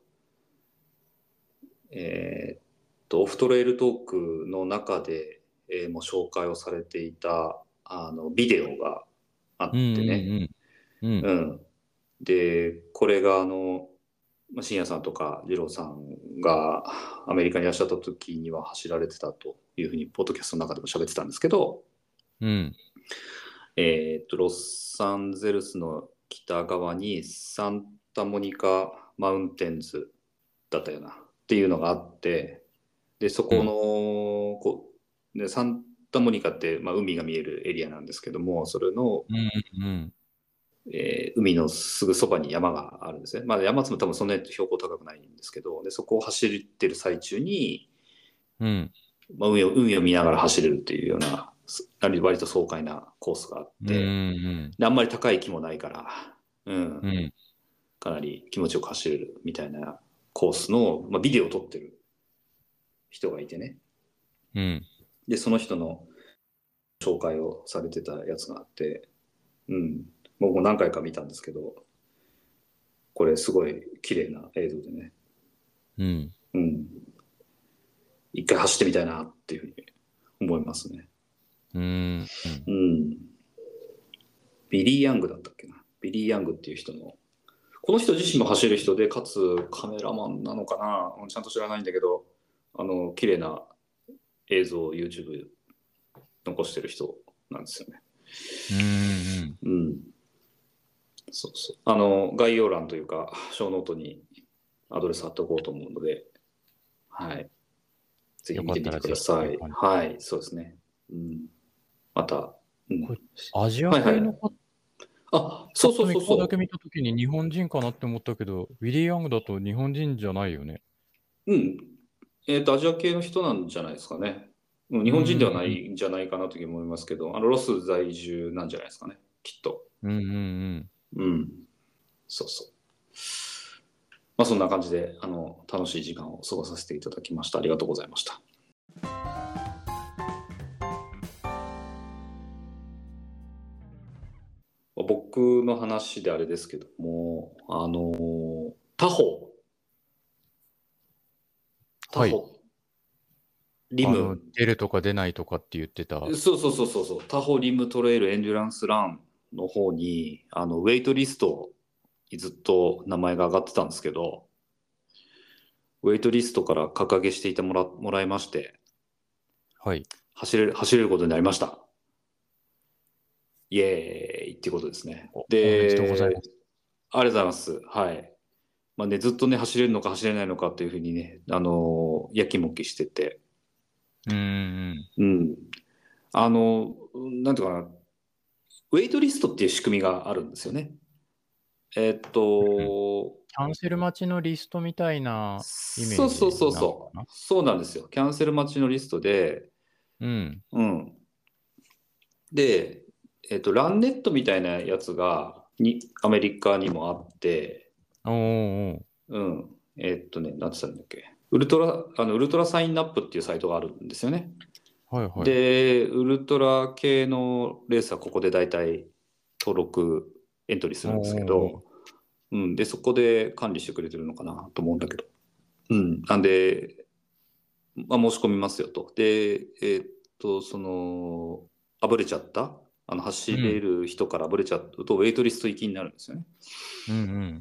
えーっと、オフトレイルトークの中で、えーもう紹介をされていた、あの、ビデオがあうん。 ってね。 うん。うん。 うん。で、これがあの、まあ、深夜さんとか二郎さんがアメリカにいらっしゃった時には走られてたというふうにポッドキャストの中でも喋ってたんですけど、 うん。 えーっとロサンゼルスの北側にサンタモニカマウンテンズだったよなっていうのがあって、でそこのこうでサンタモニカって、まあ、海が見えるエリアなんですけども、それの、 うん。うん。 えー海のすぐそばに山があるんですね。まあ、山も多分そんなに標高高くないんですけど、でそこを走ってる最中に、 うん。 まあ、海を海を見ながら走れるっていうような割と爽快なコースがあっうん。 て、 うん。 であんまり高い木もないから、うん、 うん。 かなり気持ちよく走れるみたいなコースの、まあ、ビデオを撮ってる人がいてね。 うん。 でその人の紹介をされてたやつがあって、うん、僕も何回か見たんですけど、これすごい綺麗な映像でね、 うん。 うん、一回走ってみたいなっていうふうに思いますね。 うん。 うん。ビリー・ヤングだったっけな。ビリー・ヤングっていう人の、この人自身も走る人で、かつカメラマンなのかな、ちゃんと知らないんだけど、あの綺麗な映像を YouTube 残してる人なんですよね。 うん。 うん。そうそう。あの概要欄というか小ノートにアドレス貼っておこうと思うので、はい。ぜひよ見てみてかったらぜひっください。 ていう感じ。 はい、そうですね。うん、また、うん、 これ、アジアはいはい。 系の方、 あ、そうそうパッと見顔だけそうそ見たときに日本人かなって思ったけど、ウィリー・ヤングだと日本人じゃないよね。 う。うん。えっと、アジア系の人なんじゃないですかね。うん、日う本人ではん。 ないんじゃないかなというふうに思いますけど、あのロス在住なんじゃないですかね、きっと。 うん。うん。 うん。そうそう。まあ、そんな感じで、あの、楽しい時間を過ごさせていただきました。ありがとうございました。僕の話であれですけども、あの、 タホ、タはい。 ホ、リあの、 ム、 出るとか出ないとかって言ってた。 そうそうそうそうそう、タホリムトレイルエンデュランスランの方に、あの、ウェイトリストにずっと名前が上がってたんですけど、ウェイトリストから格上げしていてもら、もらいまして、 はい。 走れる、走れることになりました。イエーイっていうことですね。 お、おめでとうございで、 ます。 ありがとうございます。はい。まあね、ずっとね、走れるのか走れないのかっていうふうにね、あのーやきもきしてて、 うーん。 うん。あの、なんていうかな、ウェイトリストっていう仕組みがあるんですよね。えっうん。 と、 キャンセル待ちのリストみたいなイメーそうそうそうジなのかそう。 な？ そうなんですよ。キャンセル待ちのリストで、 うん。 うん。で、えっと、ランネットみたいなやつが、に、アメリカにもあって、 おーおー。 うん。えっとね、なんて言ったらいいんだっけ。ウルトラ、あの、ウルトラサインナップっていうサイトがあるんですよね。 はいはい。 で、ウルトラ系のレースはここで大体登録、エントリーすおーるんですけおーおー。 ど、うん。で、そこで管理してくれてるのかなと思うんだけど。うん。なんで、まあ、申し込みますよと。で、えーっと、その、あぶれちゃった、あの、走れうん。 る人からあぶれちゃうと、ウェイトリスト行きになるんですよね。 うんうん。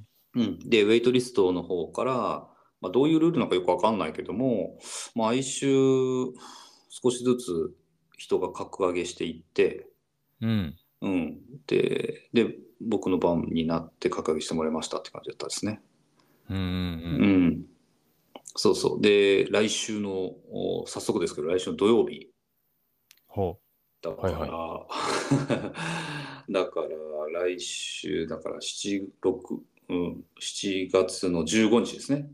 うん。で、ウェイトリストの方から、まあ、どういうルールなのかよくわかんないけども、毎週少しずつ人が格上げしていって、 うん。 うん。で、で、僕の番になって格上げしてもらいましたって感じだったですね。 うんうんううん。 ん。そうそう。で、来週の、お早速ですけど、来週の土曜日、 ほだう。はいかはい。 ら、だから来週、だからしち、ろく、うん、しちがつのじゅうごにちですね。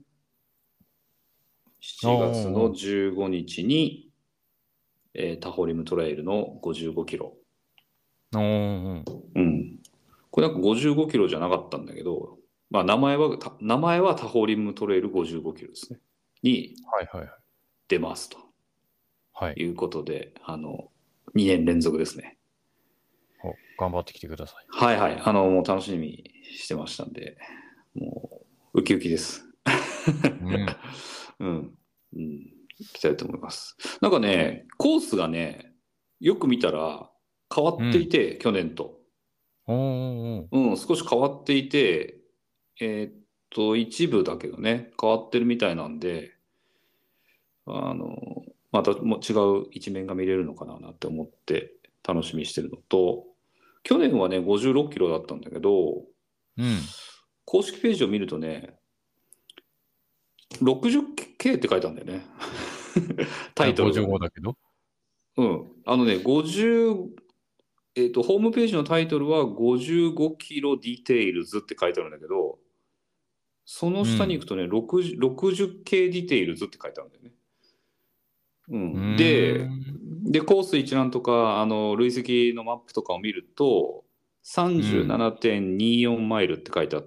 おーしちがつのおーじゅうごにちに、えータホリムトレイルのごじゅうごキロ。 おー。おーおー。 うん。これなんかごじゅうごキロじゃなかったんだけど、まあ名前は、た名前はタホリムトレイルごじゅうごキロですね。にはいはいはい。 出ますとはい。 いうことで、あの、にねん連続ですね。 ほう。頑張ってきてください。 はいはい。あの、もう楽しみにしてましたんで、もう、ウキウキです。 うん。 うん。うん。行きたいと思います。なんかね、コースがね、よく見たら変わうん。 っていて、去年と。 おーおーおー。 うん、少し変わっていて、えーっと、一部だけどね、変わってるみたいなんで、あの、またもう違う一面が見れるのかなって思って楽しみにしてるのと、去年はね、ごじゅうろっキロだったんだけど、 うん。 公式ページを見るとね、ろくじゅっケー って書いてあるんだよね。タあ、 イトルがね。 ごじゅうごだけど。 うん。あのね、ごじゅう、えっと、ホームページのタイトルはごじゅうごキロディテイルズって書いてあるんだけど、そのうん。 下に行くとね、ろくじゅう、ろくじゅっケー ディテイルズって書いてあるんだよね。ううーん。で、 ん。 で、コース一覧とか、あの、累積のマップとかを見ると、 うん。 さんじゅうななてんにじゅうよんマイルって書いてあって、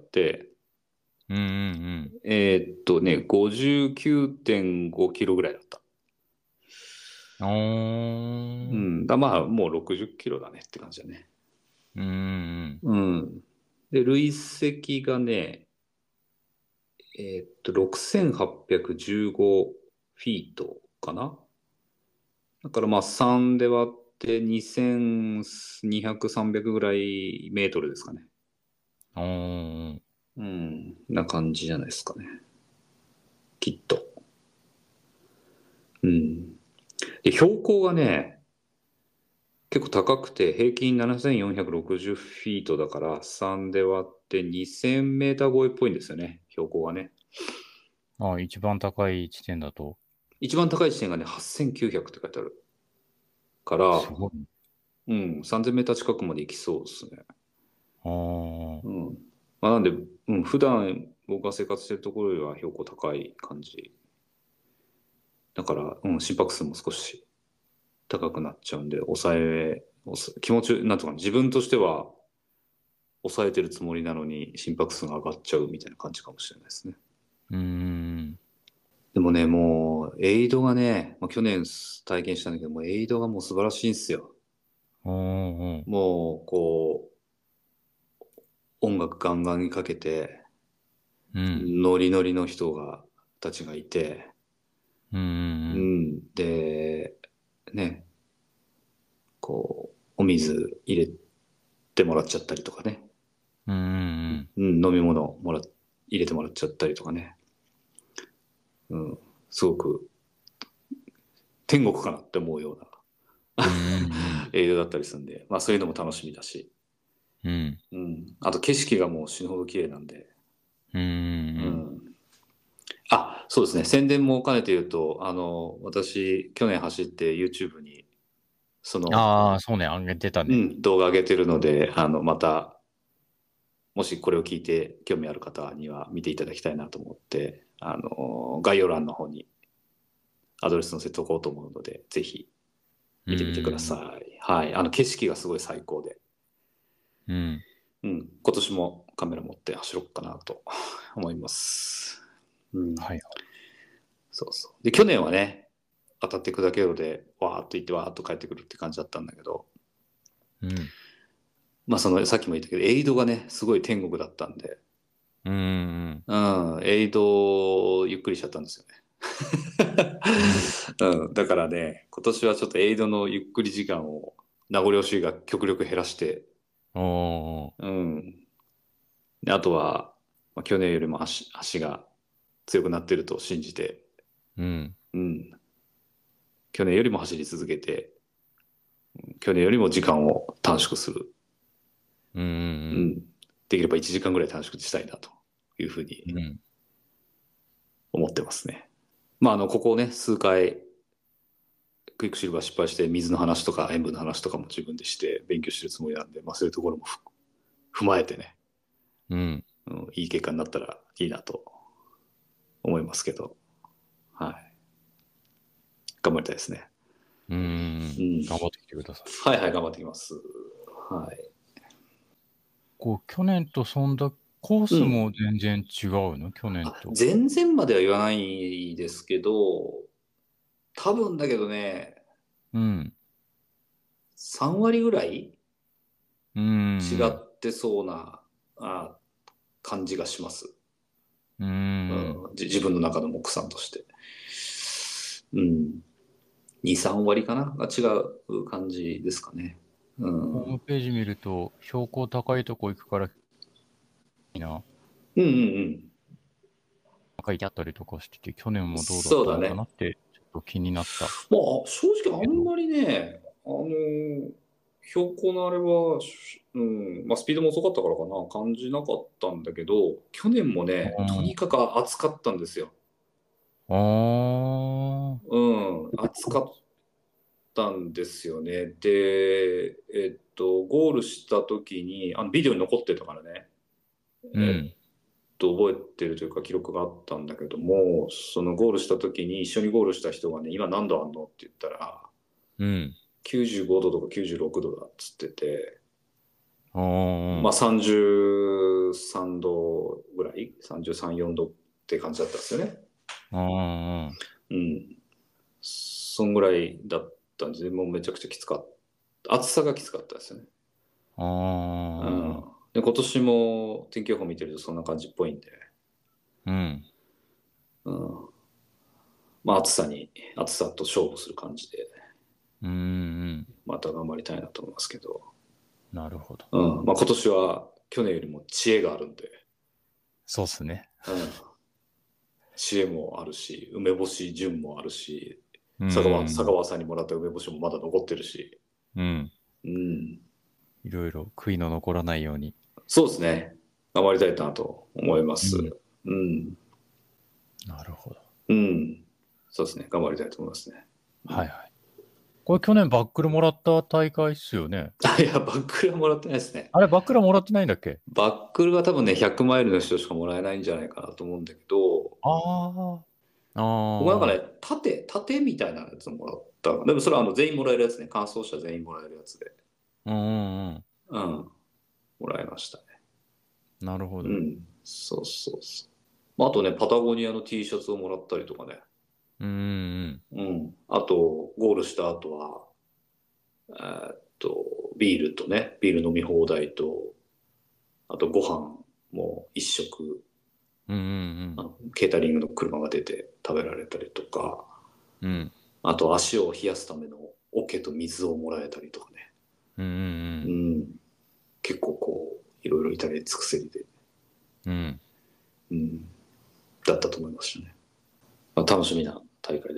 うんうんえーっとね、ごじゅうきゅうてんごキロぐらいだった。 うん。おー。 うん。だまあ、もうろくじゅっキロだねって感じだね。 うんうんうん。で、累積がね、えーっと、ろくせんはっぴゃくじゅうごフィートかな。だからまあさんで割ってにせんにひゃく、さんびゃくぐらいメートルですかね。 うん。おー。 うん。な感じじゃないですかね。きっと。うん。で、標高がね、結構高くて平均ななせんよんひゃくろくじゅうフィートだからさんで割ってにせんメーター超えっぽいんですよね。標高がね。 あ、一番高い地点だと。 一番高い地点がね、はっせんきゅうひゃくって書いてあるから、 すごい。 うん、さんぜんメーター近くまで行きそうですね。 ああ。 うん。まあ、なんで、うん、普段僕が生活してるところよりは標高高い感じ。だから、うん、心拍数も少し高くなっちゃうんで、抑え、抑え気持ち、なんとかな自分としては抑えてるつもりなのに心拍数が上がっちゃうみたいな感じかもしれないですね。 うーん。 でもね、もう、エイドがね、まあ、去年体験したんだけど、もうエイドがもう素晴らしいんですよ。 おーおー。 もう、こう、音楽ガンガンにかけて、 うん。 ノリノリの人がたちがいて、 うん。う。 うんん、で、ね、こう、お水入れてもらっちゃったりとかね、 うん。うん。 うん、飲み物もら入れてもらっちゃったりとかね、うん、すごく天国かなって思うようなうん。うん。 映画だったりするんで、まあそういうのも楽しみだし、 うん。 うん、あと景色がもう死ぬほど綺麗なんで、 うん。ううん。 ん、あ、そうですね、宣伝も兼ねて言うと、あの、私、去年走って YouTube に、その、 ああ、そうね、あげてたね。 うん、動画上げてるので、あの、また、もしこれを聞いて興味ある方には見ていただきたいなと思って、あの、概要欄の方にアドレス載せておこうと思うので、ぜひう見てみてくだん。 さい。はい。あの、景色がすごい最高で、 うん。 うん、今年もカメラ持って走ろうかなと思います。うん。 はい。 そうそう。で、去年はね、当たっていくだけで、わーっと行ってわーっと帰ってくるって感じだったんだけど、 うん。 まあその、さっきも言ったけど、エイドがね、すごい天国だったんで、 うん。 うん、エイドゆっくりしちゃったんですよね。 うん。 うん、だからね、今年はちょっとエイドのゆっくり時間を名残惜しいが極力減らして、 おー。 うん。であとは、まあ、去年よりも足、足が強くなってると信じて、 うん。 うん。去年よりも走り続けて、去年よりも時間を短縮する。 うん。 うん。できればいちじかんぐらい短縮したいなというふうにうん。 思ってますね。まあ、あの、ここね、数回、クイックシルバー失敗して水の話とか塩分の話とかも自分でして勉強してるつもりなんで、まあそういうところも踏まえてね、 うん。 うん、いい結果になったらいいなと思いますけど、はい。頑張りたいですね。 うん。 うん。 頑張ってきてください。 はいはい、頑張ってきます。はい。 こう、去年とそんだ、コースうん。 も全然違うの去年あ、 と。 全然までは言わないですけど、多分だけどね、 うん。 さん割ぐらいう違ん。 ってそうなあ感じがします。 うん。うん。 うん、じ自分の中の目算として。うん。に、さん割かなが違う感じですかね。うん。うんホームページ見ると、標高高いとこ行くからいいな。 うんうん。 書いてあったりとかしてて、去年もどうだったのかなそうだね。 って、ちょっと気になったまあ、正直あけど。 んまりね、あのー標高のあれは、しうん、まあ、スピードも遅かったからかな、感じなかったんだけど、去年もね、とにかく暑かったんですよ。 ああ。 うん、暑かったんですよね。で、えっと、ゴールした時に、あのビデオに残ってたからね、えっうん。 と、覚えてるというか記録があったんだけども、そのゴールした時に一緒にゴールした人がね、今何度あんのって言ったら、 うん。 きゅうじゅうごどとかきゅうじゅうろくどだっつってて、 ああ。 まあさんじゅうさんどぐらい ?さんじゅうさん、よんどって感じだったんですよね。 ああ。 うん。そんぐらいだったんで、もうめちゃくちゃきつかった。暑さがきつかったですよね。 あうん。 あ。 で、今年も天気予報見てるとそんな感じっぽいんで、 うん。 うん。まあ暑さに、暑さと勝負する感じで、 うん。うん。 また頑張りたいなと思いますけど、 なるほど。 うん。まあ今年は去年よりも知恵があるんで、 そうっすね。 うん。知恵もあるし、梅干し純もあるし、 う佐川、佐ん。 川さんにもらった梅干しもまだ残ってるし、 うん。 うん。 いろいろ悔いの残らないように。 そうですね。頑張りたいなと思います。 うん。 うん。 なるほど。 うん。そうですね。頑張りたいと思いますね。うん、 はいはい。これ去年バックルもらった大会っすよね。 あ、いや、バックルはもらってないですね。 あれ、バックルはもらってないんだっけ？ バックルは多分ね、ひゃくマイルの人しかもらえないんじゃないかなと思うんだけど、 ああ。ああ。 僕なんかね、盾、盾みたいなやつもらった。でもそれはあの全員もらえるやつね。完走者全員もらえるやつで。 うんうんうん。 うん。もらいましたね。 なるほど。 うん。そうそうそう。まあ、あとね、パタゴニアの T シャツをもらったりとかね。 うんうんうん。あと、ゴールした後は、えーっと、ビールとね、ビール飲み放題と、あとご飯も一食うんうんあのケータリングの車が出て食べられたりとか、 うんうんあと足を冷やすための桶と水をもらえたりとかね。 うんうんううんん、結構こういろいろ至れり尽くせりで、 うんうん、だったと思いましたね。まあ、楽しみな大会です。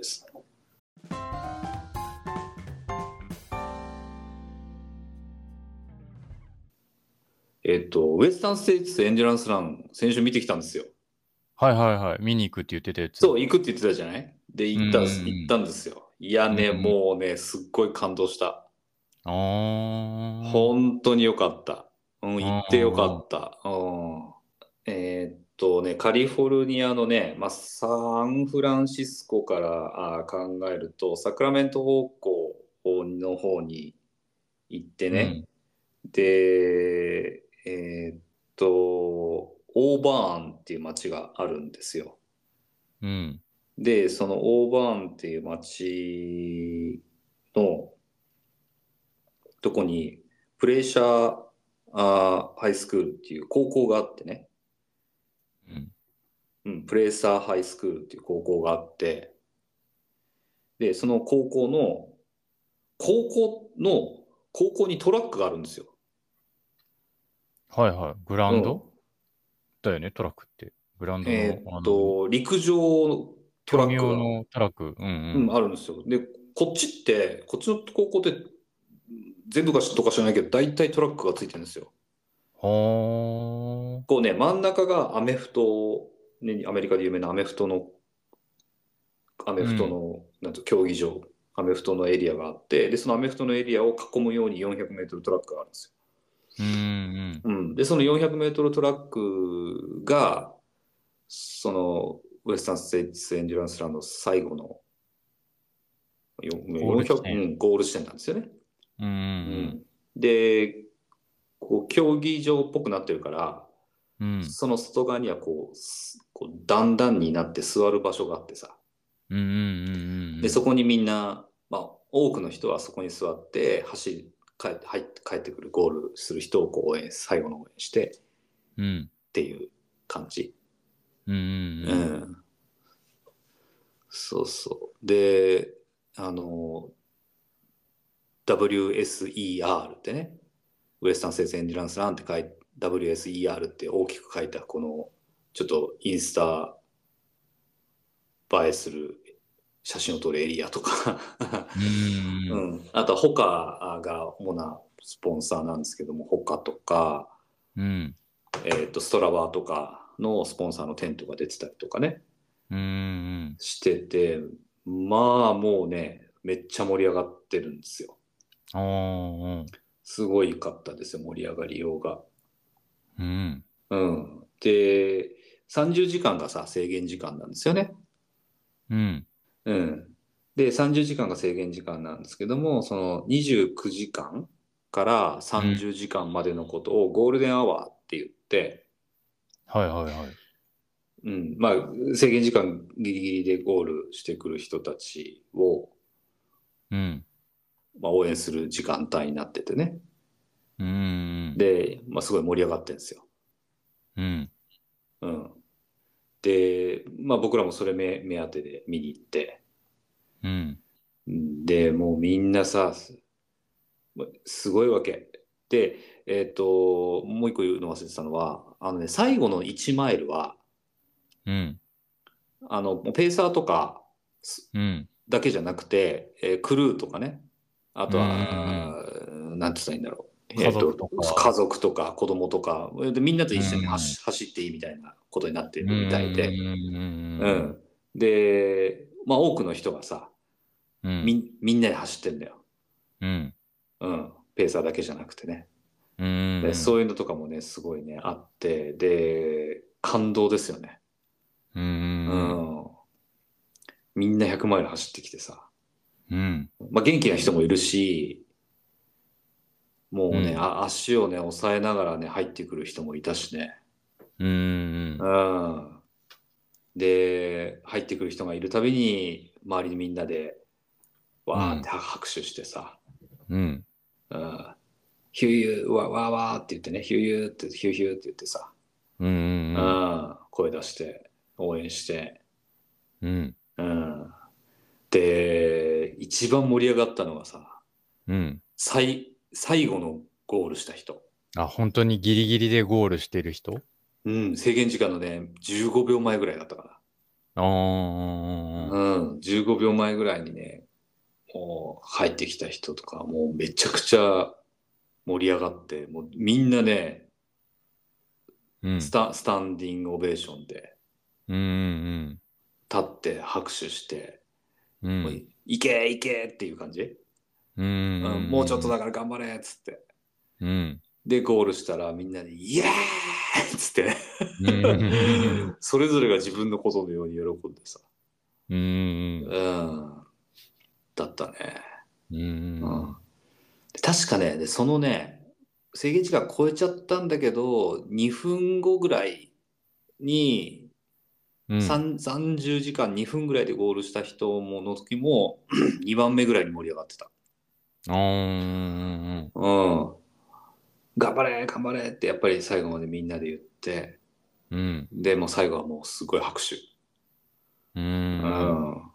えっと、ウエスタンステイツエンデュランスラン、先週見てきたんですよ。 はいはいはい。見に行くって言ってたやつ。 そう、行くって言ってたじゃないで、 うん行ったんです、行ったんですよ。いやね、 うんもうね、すっごい感動した。 あー本当によかった。うん、行ってよかあった。うん、えーっとね、カリフォルニアのね、まあ、サンフランシスコからあ考えると、サクラメント方向の方に行ってー。うね、 ん。 で、えーっと、オーバーンっていう街があるんですよ。 うん。 で、そのオーバーンっていう街のとこに、プレーシャーあーハイスクールっていう高校があってね、 うん。 うん、プレーサーハイスクールっていう高校があって、で、その高校の、高校の、高校にトラックがあるんですよ。 はいはい。グラウンドうん。 だよね、トラックって。グラウンドの、 えーっあの、 と、陸上トラ競技用ックが、 のトラック。うんううん、 ん。 あるんですよ。で、こっちって、こっちの高校って全部かとか知らないけど、大体トラックがついてるんですよ。 はあ。 こうね、真ん中がアメフト、ね、アメリカで有名なアメフトの、アメフトうん。 の、なんと競技場、アメフトのエリアがあって、で、そのアメフトのエリアを囲むようによんひゃくメートルトラックがあるんですうんうん。 よ。うん。で、そのよんひゃくメートルトラックが、その、ウエスタンステイツエンデュランスランの最後のよゴール地よんひゃく、う点。 ん、ゴール地点なんですよね。 うんうんうん。で、こう、競技場っぽくなってるから、 うん。うん。 その外側にはこう、すこう段々になって座る場所があってさ。 うんうんうんうで、そんこにみんな、まあ、多くの人はそこに座って走り、帰って、入って帰ってくるゴールする人をこう応援、最後の応援してっうん。うんていう感じ。 うんううんん。そうそう。で、あの、ダブリューエスイーアール ってね、ウエスタンステーツエンデュランスランって書いて、ダブリューエスイーアール って大きく書いたこの、ちょっとインスタ映えする写真を撮るエリアとかうんうん。 うん、あとはホカが主なスポンサーなんですけども、ホカとか、 うん。 えーと、ストラバーとかのスポンサーのテントが出てたりとかね、 うんうんしてて、まあもうね、めっちゃ盛り上がってるんですよ。 うん。ああ。 すごいかったですよ、盛り上がりようが。 うん。 うん。で、さんじゅうじかんがさ、制限時間なんですよね。 うん。 うん。で、さんじゅうじかんが制限時間なんですけども、そのにじゅうくじかんからうん。 さんじゅうじかんまでのことをゴールデンアワーって言って、 はいはいはい。 うん、まあ、制限時間ギリギリでゴールしてくる人たちを、 うん。 まあ、応援する時間帯になっててね。 うんうんで、まあ、すごい盛り上がってるんですよ。 うん。うん。 うん。で、まあ、僕らもそれ目、目当てで見に行って、 うん。 うんで、もうみんなさ、すすごいわけ。で、えっと、もう一個言うの忘れてたのは、あのね、最後のいちマイルは、 うん。 あの、もうペーサーとかすうん。 だけじゃなくて、えークルーとかね、あとうん。 は、なんて言ったらいいんだろう。えっと、 家族と家か。 族とか子供とか、でみんなとう一緒にん。 走走っていいみたいなことになってうん。 るみたいで、ううん。 ん。で、まあ多くの人がさ、 うん。 み、みんなで走ってんだよ。 うん。 うん。ペーサーだけじゃなくてね。 うで、そうん。 いうのとかもね、すごいね、あって、で、感動ですよね。 ううん。 ん。みんなひゃくマイル走ってきてさ。 うん。 まあ元気な人もいるし、もうね、 うん。 あ、足をね、押さえながらね、入ってくる人もいたしね。 うん。 うん。で、入ってくる人がいるたびに、周りにみんなで、わーって拍手してさ。 うん。 うん。ヒューユー、わ、わーわーって言ってね、ヒューユーって、ヒューヒューって言ってさ。 うん。 うん。 声出して応援して、 うん。 うん、で一番盛り上がったのがさ、 うん。 最最後のゴールした人。 あ、本当にギリギリでゴールしてる人？ うん、制限時間のねじゅうごびょうまえぐらいだったかあな。 あ。 うん、じゅうごびょうまえぐらいにねもう入ってきた人とかもうめちゃくちゃ盛り上がって、もうみんなねうんスタ、スタンディングオベーションでうんうん立って拍手して、もううんうんいけいけっていう感じ、 うんうん、もうちょっとうんだから頑張れっつって。 うんで、ゴールしたらみんなでイエーイっつってねうんうんそれぞれが自分のことのように喜んでさ。 うんうんうん。だったね。 うんううん。 ん確かね、で、そのね、制限時間超えちゃったんだけど、にふんごぐらいに、 うんさん さんじゅうじかんにふんぐらいでゴールした人もの時もにばんめぐらいに盛り上がってた。 あーうん。頑張れ頑張れってやっぱり最後までみんなで言って、 うんで、もう最後はもうすごい拍手。 ううんん。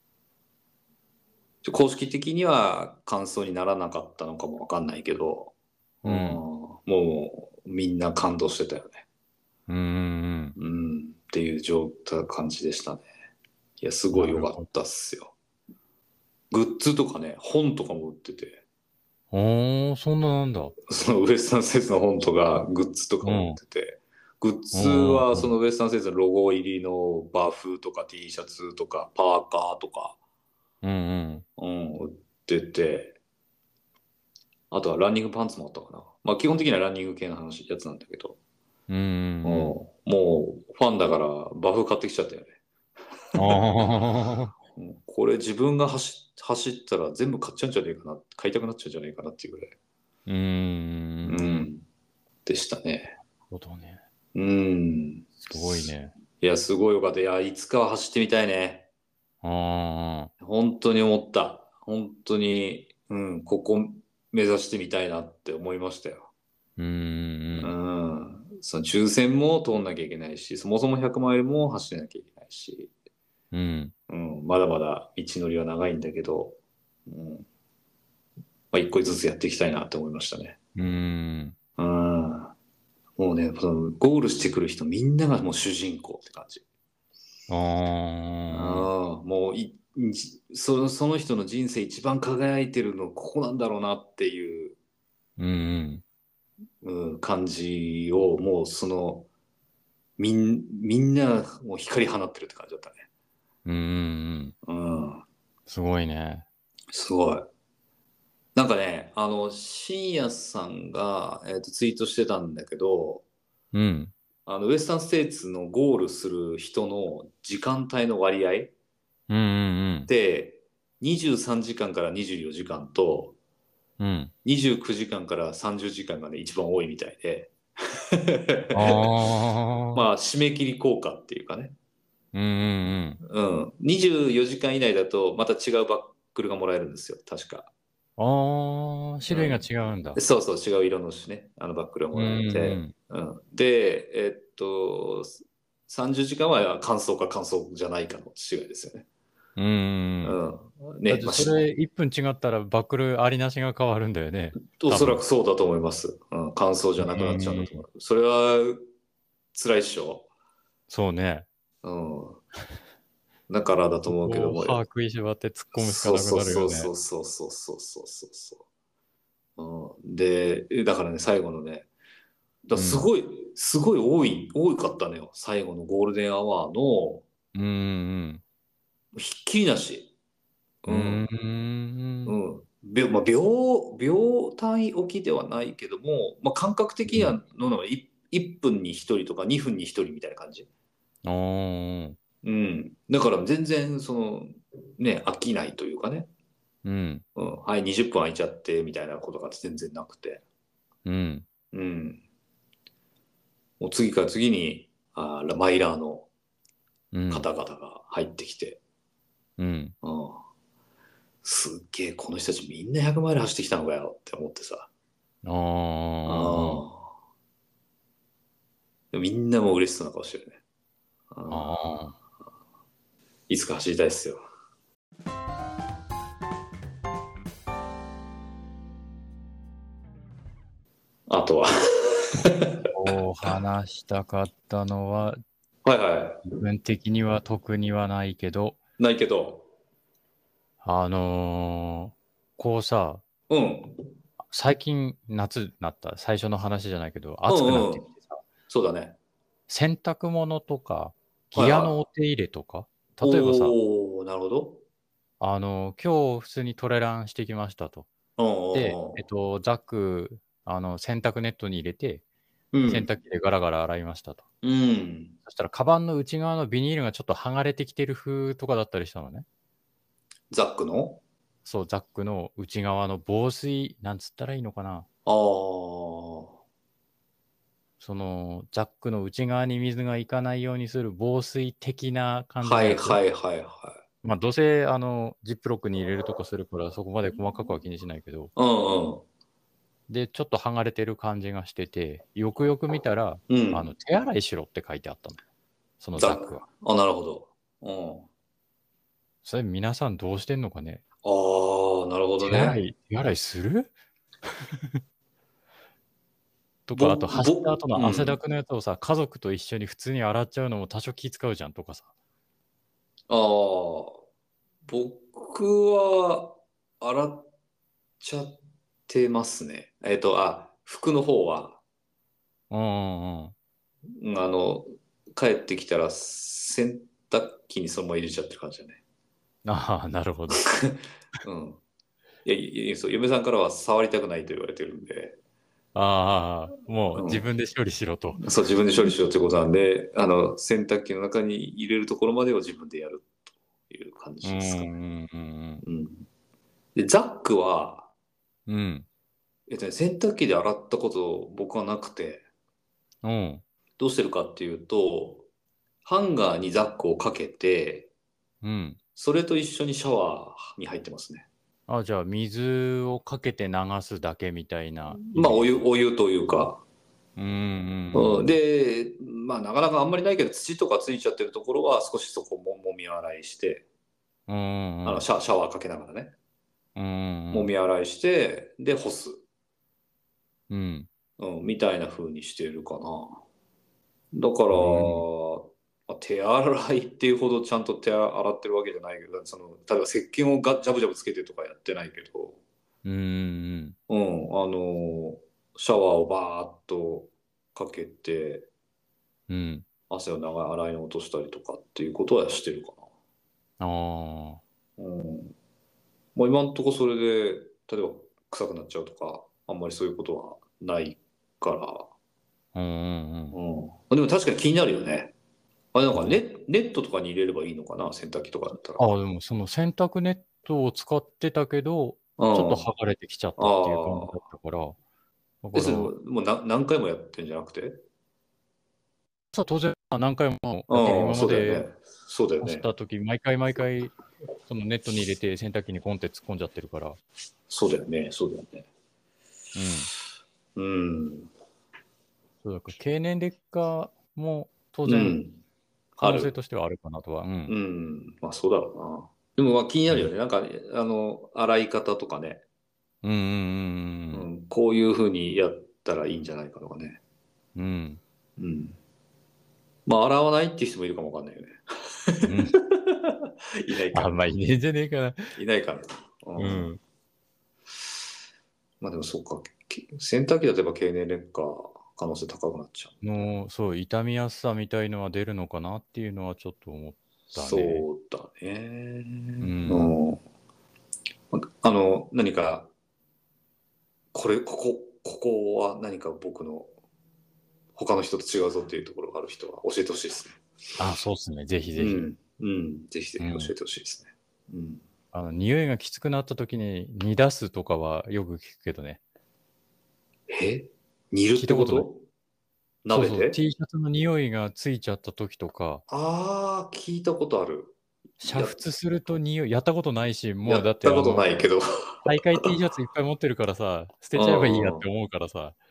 公式的には感想にならなかったのかもわかんないけど、うん、 うんもうみんな感動してたよね。 うんうんうん、っていう状態感じでしたね。いや、すごい良かったっすよ。グッズとかね、本とかも売ってて、 ああ、そんななんだ。 そのウエスタンステーツの本とかグッズとかも売ってて、グッズはそのウエスタンステーツのロゴ入りのバフとか T シャツとかパーカーとか、 うんうんうん、売ってて、あとはランニングパンツもあったかな。まあ基本的にはランニング系の話、やつなんだけど、 うんうんうんもうファンだからバフ買ってきちゃったよね。 ああ、 うんこれ自分が走走ったら全部買っちゃうんじゃねえかな、買いたくなっちゃうんじゃねえかなっていうぐらい、 うんうんううん。 ん、でしたね。 なるほどね。 うん。 すごいね。 いや、すごいよかった。いや、いつかは走ってみたいね。 ああ、 本当に思った。本当に、うん、ここ目指してみたいなって思いましたよ。 うんううんん。その抽選も通んなきゃいけないし、そもそもひゃくマイルも走らなきゃいけないし、 うん。 うん、まだまだ道のりは長いんだけど、うんまあ、一個ずつやっていきたいなって思いましたね。 うん。 うん。もうね、そのゴールしてくる人みんながもう主人公って感じ。 ああ、 ああ、もういその、その人の人生一番輝いてるのここなんだろうなっていう、 うんうん、感じをもうそのみんみんなもう光放ってるって感じだったね。 うん。うんうん、 すごいね。 すごい。なんかね、あの、深夜さんが、えーと、ツイートしてたんだけど、 うん。 あの、ウエスタンステーツのゴールする人の時間帯の割合っうんうんて、にじゅうさんじかんからにじゅうよじかんと、 うん。うん。 にじゅうくじかんからさんじゅうじかんがね、一番多いみたいで。 ああ、 まあ、締め切り効果っていうかね。 うんうんうん。にじゅうよじかん以内だと、また違うバックルがもらえるんですよ、確か。 うん。ああ、種類がうん。 違うんだ。 そうそう、違う色のね、あのバックルがうんもらえて。 うん。 うん。で、えっと、さんじゅうじかんは乾燥か乾燥じゃないかの違いですよね。 うんうん。 うん。ね、 だってまあ、しそれいっぷん違ったらバックルありなしが変わるんだよね。 おそら多分。 くそうだと思います。うん。乾燥じうゃなくなっちゃうんだと思ん。 う。それは辛いっしょ。 そうね。 うん。だからだとそこを思うけども、 歯食いしばって突っ込むしかなくそうそうなるよね。 そうそうそうそうそうそうそうそう。うん、で、だからね、最後のね、だうん。 すごい、すごい多い、多かったのよ。最後のゴールデンアワーの、 うんうんひっきりなし。 うん。 うん、 うーん。 うん。秒、まあ、秒、秒単位置きではないけども、まあ、感覚的にはうん。 のいいっぷんにひとりとかにふんにひとりみたいな感じ。 ああ。 うん。だから全然、その、ね、飽きないというかね。 うん。 うん。はい、にじゅっぷん空いちゃってみたいなことが全然なくて。 うん。 うん。もう次から次に、あーマイラーのうん。 方々が入ってきて、 うん。 うん。すっげえ、この人たちみんなひゃくマイル走ってきたのかよって思ってさ。 ああ。 ああ。みんなもう嬉しそうな顔してるね。 ああ。 いつか走りたいっすよ。あとはこう話したかったのは、 はいは自分的には特にはないけど、 い。ないけど。 あのーこうさ、 うん。 最近夏になった、最初の話じゃないけど、 うん暑くなっうん。 てきてさ、 そうだね。 洗濯物とか、 はいギアのおは手入れとか、 い。 例えばさ、 おー、なるほど。 あのー今日普通にトレランしてきましたと。 うんで、 うんえっと、ザック、あの、洗濯ネットに入れて、 うん。うん。 洗濯機でガラガラ洗いましたと。 うん。 そしたら、カバンの内側のビニールがちょっと剥がれてきてる風とかだったりしたのね。 ザックのそう、ザックの内側の防水、なんつったらいいのかな。 あー。 その、ザックの内側に水がいかないようにする防水的な感じはのやつ。 いはいはいはまあ、どうせ、あの、ジップロックに入れるとかするから、そこまで細かくは気にしないけど、 い。うんで、ちょっと剥がれてる感じがしてて、よくよく見たら、 うん。うん。 あの、手洗いしろって書いてあったの。そのザック。 ザックは。 あ、なるほど。うん。 それ皆さんどうしてんのかね。 あー、なるほどね。 手洗い、手洗いするとか、あとぼ、 走ったぼ、 後の汗だうん。 くのやつをさ、家族と一緒に普通に洗っちゃうのも多少気使うじゃんとかさ。 あー、僕は洗っちゃってますね。えっと、あ、服の方は、 うんうんうん。 うんあの、帰ってきたら洗濯機にそのまま入れちゃってる感じだね。 ああ、なるほど。 うん。いや、いやそう、嫁さんからは触りたくないと言われてるんで、 ああ、もう自う分で処理しろと。 ん。そう、自分で処理しようってことなんで、あの、洗濯機の中に入れるところまでを自分でやるという感うんうじですかね。 んうんうん。で、ザックは、 うん。うん。 えっとね、洗濯機で洗ったこと僕はなくて、 うん。 どうしてるかっていうと、ハンガーにザックをかけて、 うん。 それと一緒にシャワーに入ってますね。 あ、じゃあ水をかけて流すだけみたいなイまあ、お湯、 メージ。 お湯というか。 うんうんうん、で、まあ、なかなかあんまりないけど、土とかついちゃってるところは少しそこももみ洗いして、 うん。うんうあのんシャシャワーかけながらね、 うん。うんうもんみ洗いして、で、干す。 うん。 うん、みたいな風にしてるかな。だから、 うん。 まあ手洗いっていうほどちゃんと手洗ってるわけじゃないけど、その、例えば石鹸をがジャブジャブつけてとかやってないけど、 うんうんうん、あの、シャワーをバーっとかけて、 うん。うん。 汗を流い洗いに落としたりとかっていうことはしてるかああ。 な。うん。まあ今んとこそれで、例えば臭くなっちゃうとか、あんまりそういうことはないから、 うんうんうん。 うん。まあでも確かに気になるよね。あれなんかそう。 ネ、ネットとかに入れればいいのかな、洗濯機とかだったら。 ああ、でもその洗濯ネットを使ってたけど、 うん。 ちょっと剥がれてきちゃったっていう感じだっああ。 たから、だえ、 から、 それももうな何回もやってんじゃなくてさ、当然何回もやってる。 うん、 今までそうだよね。そうだよね。 走った時、毎回毎回、そのネットに入れて洗濯機にコンって突っ込んじゃってるから、 そうだよね。そうだよね。 うん。 うん。 そうだから、経年劣化も当然、 うん。 可ある。 能性としてはあるかなとは。ううん。 ん。まあそうだろうな。でもまあ気になうん。 るよね。なんか、あの、洗い方とかね。 うんうんうん。こういうふうにやったらいいんじゃないかとかね。 うんうん。 うん。まあ洗わないっていう人もいるかもわかんないよね。 うん。うん。 いないか。 あんまいねえんじゃねえかな。 いないから。うん。 うん。 まあでもそうか。き洗濯機だとやっぱ経年劣化可能性高くなっちゃう。 の、そう、傷みやすさみたいのは出るのかなっていうのはちょっと思ったね。 そうだね。 ううん。 ん。あの、何か、これ、ここ、ここは何か僕の他の人と違うぞっていうところがある人は教えてほしいですね。 あ、そうっすね。ぜひぜひ。 うん。うん。ぜひぜうん。 ひ教えてほしいですね。うん。 あの、匂いがきつくなった時に煮出すとかはよく聞くけどね。 え煮るっ聞いたことない。 てことそうそう、 鍋で T シャツの匂いがついちゃった時とか、 ああー、聞いたことある。や、 煮沸すると匂い、やったことないし、もうだっやったこてあの、 とないけど。 大会 T シャツいっぱい持ってるからさ、捨てちゃえばいいやって思うからさ、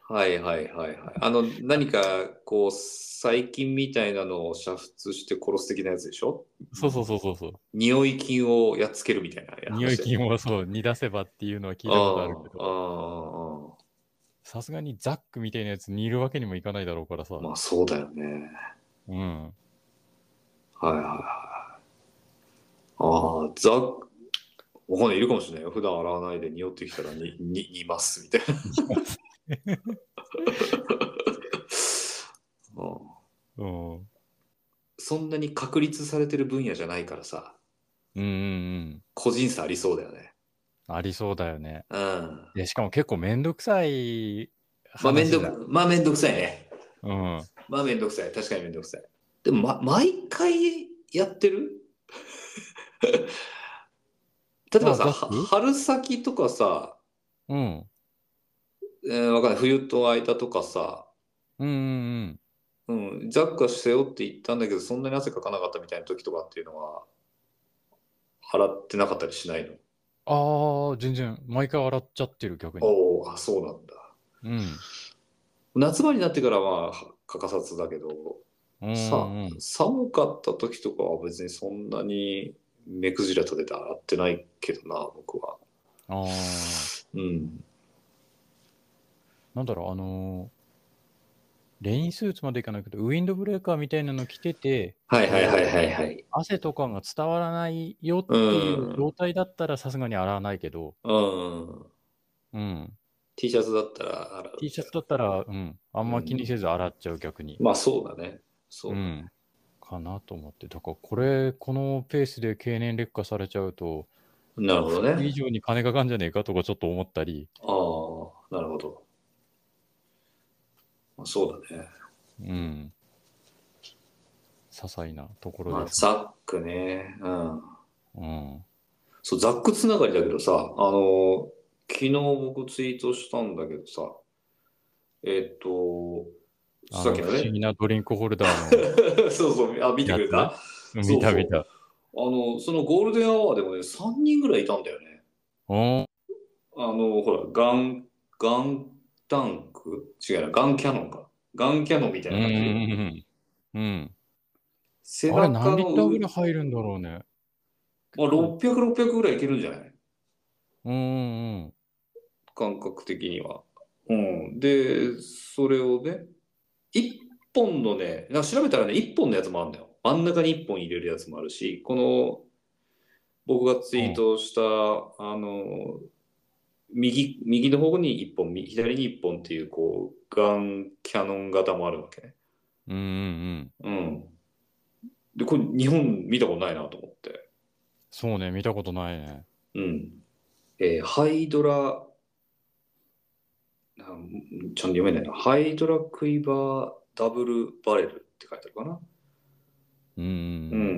はいはいはいはい。あの、何か、こう、細菌みたいなのを煮沸して殺す的なやつでしょ？ そうそうそうそうそう。 匂い菌をやっつけるみたいな匂い話だよね。 菌をそう、煮出せばっていうのは聞いたことあるけああ、 ど、 ああ、 さすがにザックみたいなやつ煮るわけにもいかないだろうからさ。 まあそうだよね。 うん。 はいはいはい。ああ、ザック、わかんない、いるかもしれないよ。普段洗わないで匂ってきたらに、に、煮ますみたいな。うんうん。 そんなに確立されてる分野じゃないからさ、 うんうんうん。 個人差ありそうだよね。 ありそうだよね。 うん。 で、しかも結構めんどくさいまあめんど話じゃん。 く、まあめんどくさいね。 うん。 まあめんどくさい。確かにめんどくさい。でも、ま、毎回やってる例えばあ、 さ、はザック春先とかさ、 うん。 えーわかんない。冬と間とかさ、 うんうんうん、ジャックは背負って行ったんだけど、そんなに汗かかなかったみたいな時とかっていうのは、払ってなかったりしないの？ うん。ああ、全然、毎回洗っちゃってる、逆に。 おお、あ、そうなんだ。 うん。 夏場になってからは欠かさずだけど、 うんさ、 うん。 寒かった時とかは別にそんなに目くじら立てて洗ってないけどな、僕は。 ああ、 うん。 なんだろう、あのーレインスーツまでいかないけど、ウィンドブレーカーみたいなの着てて、 はいはいはいこう、 はいはい。 汗とかが伝わらないようっていうん。 状態だったらさすがに洗わないけど、 うん。 うん。 T シャツだったら洗う T みたいシャツだったら、うん。あんな。うん。 ま気にせず洗っちゃう、逆に。 まあそうだね。そうだね。 うん。かなと思って。だから、これ、このペースで経年劣化されちゃうと、 なるほどね。 服以上に金かかんじゃねえかとかちょっと思ったり、 ああ、なるほど。まあ、そうだね。 うん。些細なところまあ、 ですが。 ザックね。うん。 うん。 そう、ザックつながりだけどさ、あの、昨日僕ツイートしたんだけどさ、えっと、 あの、 さっきのね、 不思議なドリンクホルダーのそうそう、あ、見てくやつれた？ うん見そうそう。 た見た。 あの、そのゴールデンアワーでもね、さんにんぐらいいたんだよね。 おーあの、ほら、ガン、ガンタンク違うな、ガンキャノンか。ガンキャノンみたいうんうな感じ。 んうんうん。うん。 背あれ何中の上、 リッターぐらい入るんだろうね。 まあ、 結構、 ろっぴゃく、ろっぴゃくぐらいいけるんじゃない？ うんうんうん。 感覚的には。うん。で、それをね、一本のね、なんか調べたらね、一本のやつもあるんだよ。真ん中に一本入れるやつもあるし、この僕がツイーうんトした、あの、右、右の方に一本、右左に一本っていう、こう、ガンキャノン型もあるわけね。 うんうんうん。 うん。で、これ日本見たことないなと思って。 そうね、見たことないね。 うん。えーハイドラ、なんちゃんと読めないな。ハイドラクイバーダブルバレルって書いてあるかな。 うんうんうん。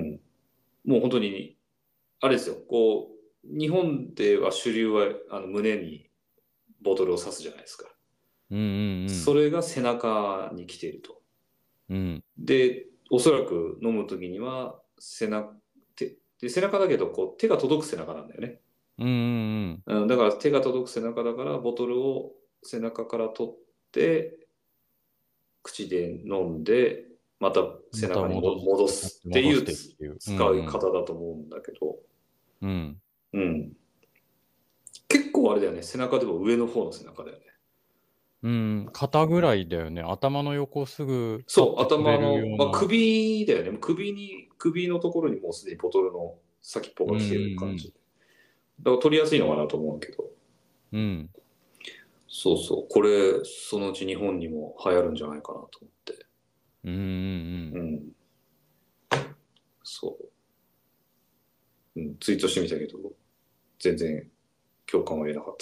うん。もう本当に、あれですよ。こう、日本では主流はあの胸にボトルを刺すじゃないですか。 うんうんそれが背中に来ていると。 うん。うん。 で、おそらく飲むときには背中、手で背中だけどこう手が届く背中なんだよね。 うんうんうん。 うん、だから手が届く背中だからボトルを背中から取って口で飲んでまた背また中にも戻す。 戻すって戻しいうてっていう。うん使い方だと思うんだけど、 うん。うん。 うん。結構あれだよね。背中でも上の方の背中だよね。 うん、肩ぐらいだよね。頭の横すぐパッそう、 て取れる頭の、まあ、 ような。 首だよね。首に、首のところにもうすでにボトルの先っぽうんうが来てる感んじ。だから取りやすいのかなと思うけど。 うん。うん。 そうそう。これ、そのうち日本にも流行るんじゃないかなと思って。 うんうんうん。 うん。そう。うん、ツイートしてみたけど、全然共感は得なかった。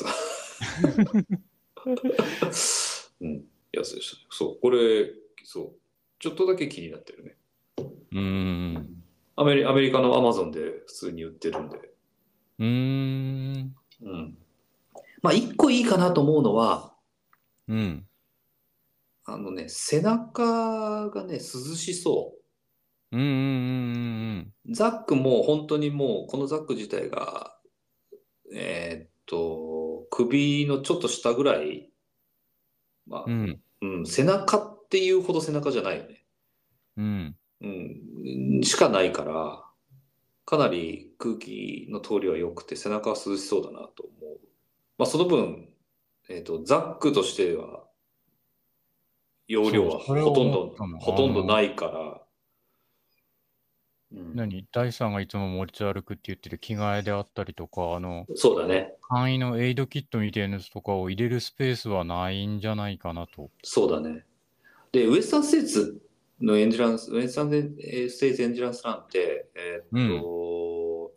うん。やつでしたね。そう。これ、そう。ちょっとだけ気になってるね。 うんうんアメリ、アメリカのアマゾンで普通に売ってるんで。 うん。うーん。 うん。まあ、一個いいかなと思うのは、 うん。 あのね、背中がね、涼しそうんうんうんう。ザックも本当にもう、このザック自体が、えーっと、首のちょっと下ぐらいまあ、 うん。 うん、背中っていうほど背中じゃないよね。 うん。 うん、しかないから、かなり空気の通りは良くて背中は涼しそうだなと思う。まあその分、えっと、ザックとしては容そう、 量はそれをほとんど、 思ったの。 ほあの、 とんどないから、うん、 何大さんがいつも持ち歩くって言ってる着替えであったりとか、あの、 そうだね。 簡易のエイドキットみたいなやつとかを入れるスペースはないんじゃないかなと。 そうだね。で、ウエスタンステーツのエンジュランス、ウエスタンステーツエンジュランスランって、えっうん。 と、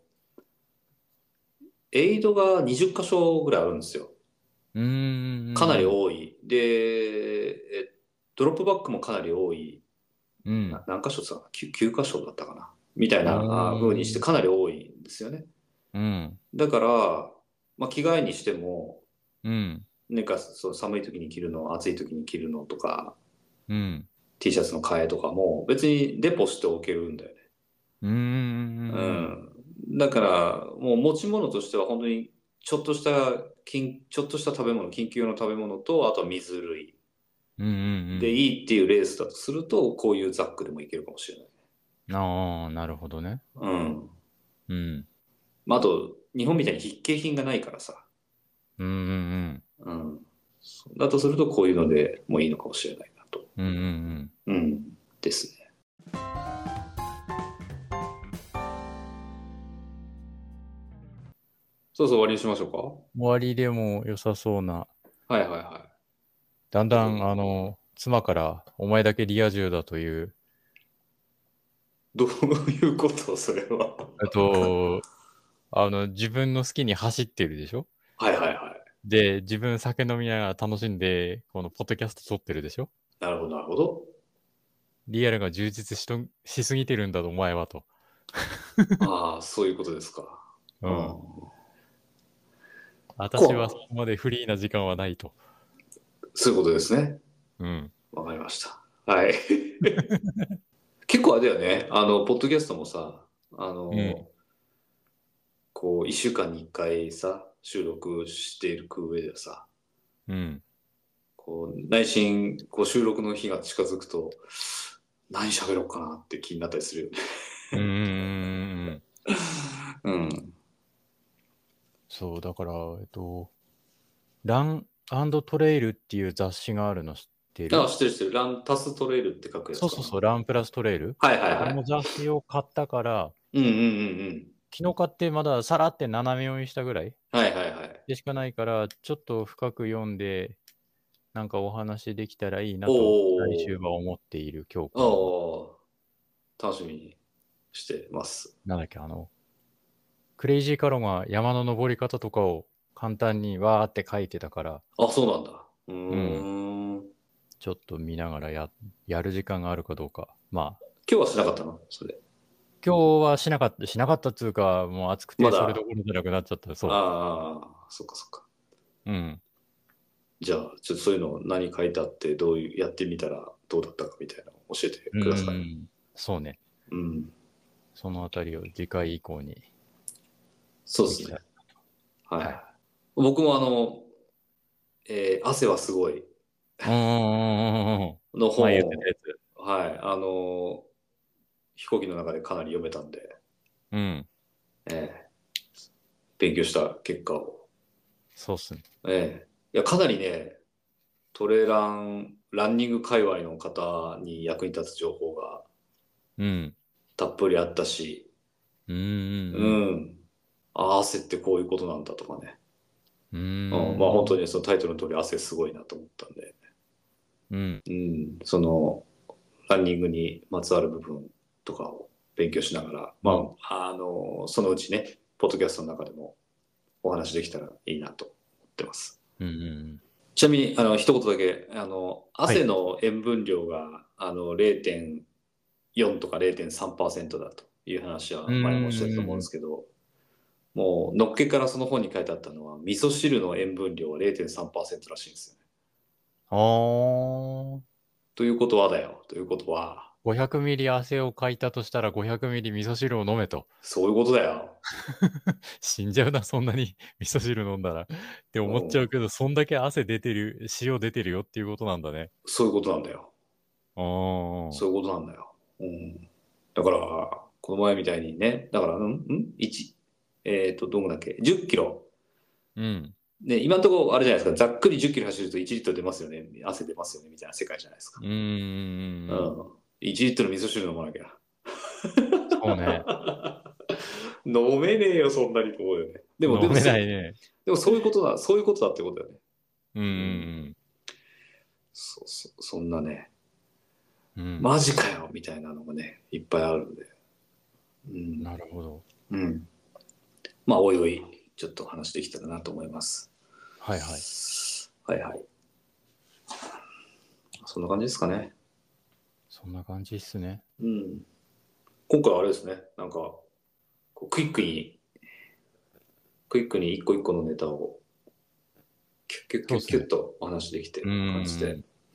エイドがにじゅっ箇所ぐらいあるんですよ。 うーかなりん。 多い。で、えドロップバックもかなり多い。なうん。 何箇所さ、きゅう, きゅう箇所だったかな。みたいおなあ風にしてー。 かなり多いんですよね。 うん。 だから、まあ、着替えにしても、 うん。 なんかそう寒い時に着るの、暑い時に着るのとか、 うん。 T シャツの替えとかも別にデポしておけるんだよね。 うーん。 うん。だから、もう持ち物としては本当にちょっとした、緊ちょっとした食べ物、緊急用の食べ物と、あとは水類うん。うん。 でいいっていうレースだとすると、こういうザックでもいけるかもしれない。 うん。ああ、なるほどね。 うん。 うん。 まあ、あと、日本みたいに必携品がないからさ。 うん。うん。 うん。だとすると、こういうのでもいいのかもしれないなと。 うん。うん。うん。 うん。ですね。そうそう、終わりにしましょうか。 終わりでも良さそうな。 はいはいはい。 だんだん、あの、妻から、お前だけリア充だという、 どういうことそれは。 えっと、あの、自分の好きに走ってるでしょ。 はいはいはい。 で、自分酒飲みながら楽しんで、このポッドキャスト撮ってるでしょ。 なるほどなるほど。 リアルが充実しとしすぎてるんだと、お前はと。 ああ、そういうことですか。うん。 うん。私はそここまでフリーな時間はないと。 う、そういうことですね。 うん。 わかりました。はい。結構あれだよね。あの、ポッドキャストもさ、あうん。 の、こう、一週間に一回さ、収録していく上ではさ、 うん。 こう、内心、こう、収録の日が近づくと、何喋ろうかなって気になったりするよね。 うんうんうんうんうん。 うん。 そう、だから、えっと、ラントレイルっていう雑誌があるの知ってる？ あ、知ってる知ってる。ランタストレイルって書くやつかな。 そうそうそう、ランプラストレイル。 はいはいそはい。 の雑誌を買ったから、 うんうんうんうん。 昨日買ってまださらって斜め読みしたぐらいはいはいはい。 でしかないから、ちょっと深く読んで、なんかお話できたらいいなと、来週おー。 は思っている今日この頃。 おー。楽しみにしてます。 なんだっけ、あの、クレイジーカロが山の登り方とかを簡単にわーって書いてたから、 あ、そうなんだ。ううん、 ーん。 ちょっと見ながらや、やる時間があるかどうか。まあ、 今日はしなかったのそれ。 今日はしなかった、しなかったっつうか、もう暑くてそれどまだ、 ころじゃなくなっちゃった。そああ、そっかそっか。 う。うん。 じゃあ、ちょっとそういうの何書いてあって、どういう、やってみたらどうだったかみたいなのを教えてうんうください。 ん。そうね。 うん。 そのあたりを次回以降にそうですね。 できたら。 はい。 はい。 僕もあの、えー汗はすごいうんうんうんうんうん。 の前言って本を、 たやつ。 はい、あの、飛行機の中でかなり読めたんで、 うん。 えー勉強した結果を。 そうっすね。 えーいや、かなりね、トレラン、ランニング界隈の方に役に立つ情報がうん。 たっぷりあったし、 うんうんううん。 ん。ああ、汗ってこういうことなんだとかね。 うーうん、まあ本当ん。 にそのタイトルの通り汗すごいなと思ったんで、 うん。 うん、そのランニングにまつわる部分とかを勉強しながら、まうん。 あ、あの、そのうちね、ポッドキャストの中でもお話できたらいいなと思ってます。 うんうんうん。 ちなみに、あの、一言だけ、あの、 はい。 汗の塩分量が、あの、れいてんよんとかれいてんさんパーセントだという話うは前もしてたと思うんでーん。 すけど、もう、のっけからその本に書いてあったのは、味噌汁の塩分量はれいてんさんパーセントらしいんですよね。 あー。 ということはだよ。ということは、 ごひゃくミリ汗をかいたとしたらごひゃくミリ味噌汁を飲めと。 そういうことだよ。 死んじゃうな、そんなに味噌汁飲んだら。って思っちゃうけど、そんだけ汗出てる、塩出てるよっていうことなんだね。 そういうことなんだよ。 ああ。 そういうことなんだよ。うん、だから、この前みたいにね、だから、うん、ん ?いち、えっ、と、どんぐらいだっけ ?じゅっ キロ。 うん。 ね、今のところあれじゃないですか、ざっくりじゅっキロ走るといちリットル出ますよね、汗出ますよね、みたいな世界じゃないですか。 うーん。 うん。いちリットル味噌汁飲まなきゃ。 そうね。 飲めねえよ、そんなにと思うよね。でも、で飲めもそ、 ないね。 でもそういうことだ、そういうことだってことだよね。 うん。 そうそう、そんなね、 うん。 マジかよ、みたいなのがね、いっぱいあるんで。うん。 なるほど。 うん。まあ、おいおい、ちょっと話できたらなと思います。 はいはい。 はいはい。そんな感じですかね。 そんな感じっすね。 うん。今回はあれですね、なんか、こうクイックに、クイックに一個一個のネタを、キュッキュッキュッキュッとお話できてる感じで。うん。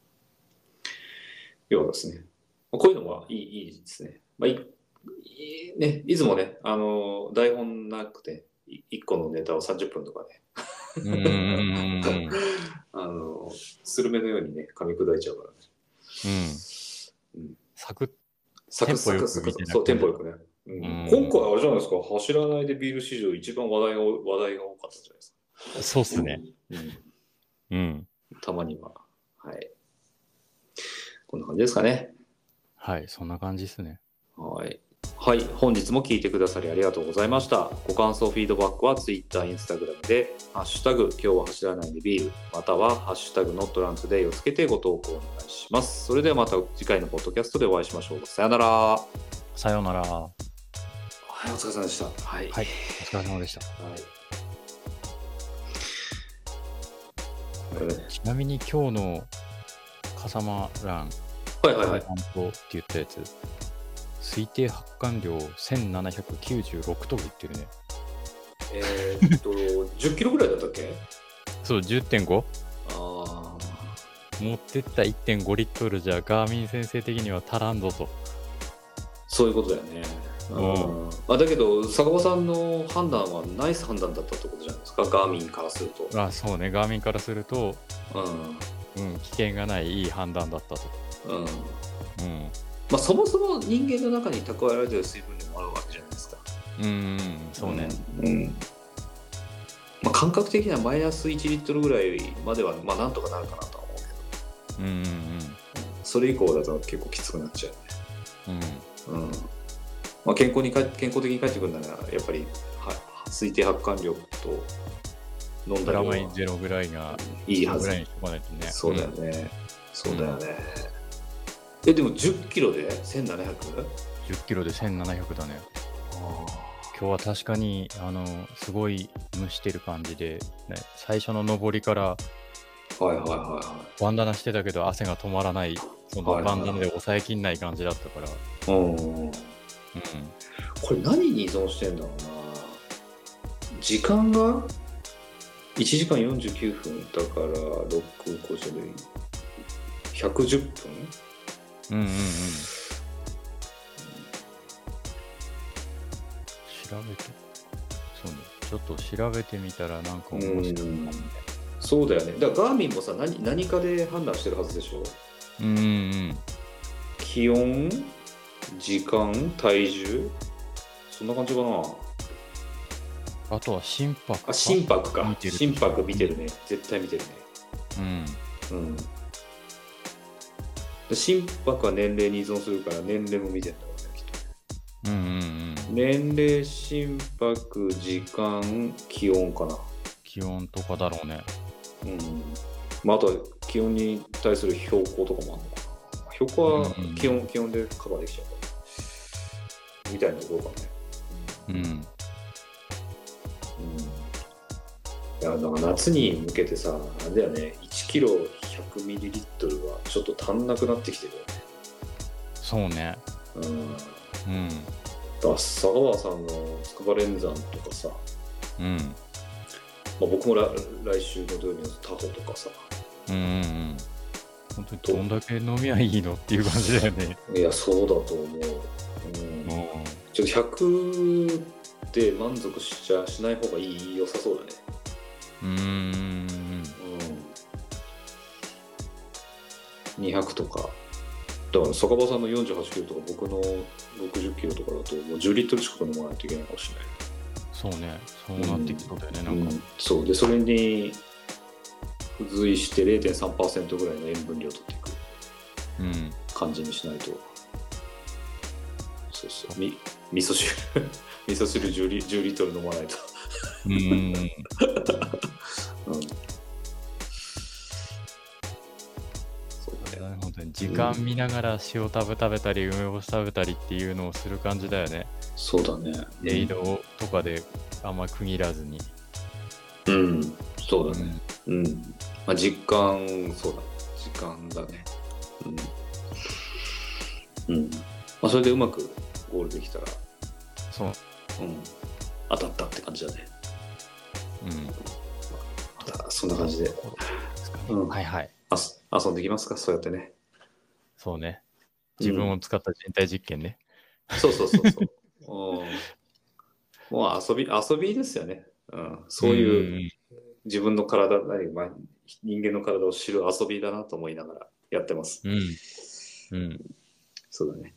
ようですね。こういうのはいい、いいですね。まあ、いいね、いつもね、あの、台本なくて、い一個のネタをさんじゅっぷんとかね、 うんうんうんうんあの、スルメのようにね、噛み砕いちゃうからね。 うん。 うん。 サクッ、 サクッサクッサクッ、そう、テンポよくね。うん、今回あれじゃないですか、走らないでビール史上一番話題が話題が多かったじゃないですか。 そうっすね。 うん。うん、たまには。はい。こんな感じですかね。 はい、そんな感じですね。 はい。はい、本日も聞いてくださりありがとうございました。ご感想、フィードバックは Twitter、Instagram で、ハッシュタグ、今日は走らないでビール、または、ハッシュタグ、ノットラントゥデイをつけてご投稿お願いします。それではまた次回のポッドキャストでお会いしましょう。さよなら。 さようなら。 はい、お疲れ様でした。はい。 はい、お疲れ様でした。 はい。 ちなみに今日の笠間ラン、 はいはいはい。 って言ったやつ、推定発汗量せんななひゃくきゅうじゅうろくとか言ってるね。 えー、っと、じゅっキロぐらいだったっけ？ そう、じゅってんご？ ああ。 持ってった いってんご リットルじゃガーミン先生的には足らんぞと。 そういうことだよね。うん。あ、だけど、坂場さんの判断はナイス判断だったってことじゃないですか、ガーミンからすると。 あ、そうね、ガーミンからすると、 うん。 うん、危険がないいい判断だったと。 うん。 うん。 まあ、そもそも人間の中に蓄えられてる水分量もあるわけじゃないですか。 うん、そうね。 うん。うん、まあ、感覚的にはマイナスいちリットルぐらいまでは、まあ、なんとかなるかなとは思うけど。 うんうんうん。 それ以降だと結構きつくなっちゃうね。 うん。 うん。まあ、健康にか健康的に帰ってくるなら、やっぱりは推定発汗量と飲んだ量はプラマイゼロぐらいがいいはず。 ぐらいにしとかないとね。 そうだよね。うん、そうだよね。え、でもじゅっキロで せんななひゃく？ じゅっキロでせんななひゃくだね。今日は確かにあのすごい蒸してる感じで、ね、最初の上りからはいはいはいはい。 バンダナしてたけど汗が止まらない、そのバンダナで抑えきんない感じだったから。 うん。うん。これ何に依存してんだろうな。時間がいちじかんよんじゅうきゅうふんだからろく、ごじゅう、ひゃくじゅっぷん？ うんうんうん。調べて、そうね、ちょっと調べてみたらなんか面白いかもね。 そうだよね。だからガーミンもさ、何、何かで判断してるはずでしょ。 うんうんうん。 気温、時間、体重、そんな感じかな。 あとは心拍か。 あ、心拍か。 見てる心拍見てるね。絶対見てるね。 うん。 うん。心拍は年齢に依存するから年齢も見てるんだろうね、きっと。 うんうんうん。 年齢、心拍、時間、気温かな。 気温とかだろうね。 うん。まあ、あとは気温に対する標高とかもあるのかな。標高は気温、うんうん、気温でカバーできちゃうから。みたいなところかね。 うん。うん。 いや、だから夏に向けてさ、あれだよね、いちキロひゃくミリリットルはちょっと足んなくなってきてるよね。 そうね。 うん。うん。 だ佐川さんの筑波連山とかさ、 うん。 まあ、僕も来週の土曜日のタホとかさ、 うんうんうん。 本当にどんだけ飲みはいいのっていう感じだよね。 いや、そうだと思う。うん、ちょっとひゃくで満足しちゃしない方がいい良さそうだね。 うーん。 うん。にひゃくとか。だから坂場さんのよんじゅうはちキロとか僕のろくじゅっキロとかだともうじゅうリットル近く飲まないといけないかもしれない。 そうね。そうなってきそうだよね。なんか、 うん、そうでそれに付随して れいてんさんパーセント ぐらいの塩分量を取っていくうん。 感じにしないと。そうそうみ味噌汁味噌汁じゅうリ、じゅうリットル飲まないと。 うーん。 うん本当に時間見ながら塩食べ食べたり梅干し食べたりっていうのをする感じだよね。 そうだね。 エイドとかであんま区切らずに。 うん、そうだね。うん。うん、まあ実感、そうだ。時間だね。うん。うん。まあそれでうまくゴールできたら、 そう。 うん。当たったって感じだね。 うん。 またそんな感じで。 うん、はいはい。 あ遊んできますか、そうやってね。 そうね。自分を使った人体実験ね。 うん、そうそうそうそう。うん、もう遊び、遊びですよね。うん、そういう自分の体、何、まあ、人間の体を知る遊びだなと思いながらやってます。 うん。うん。 そうだね。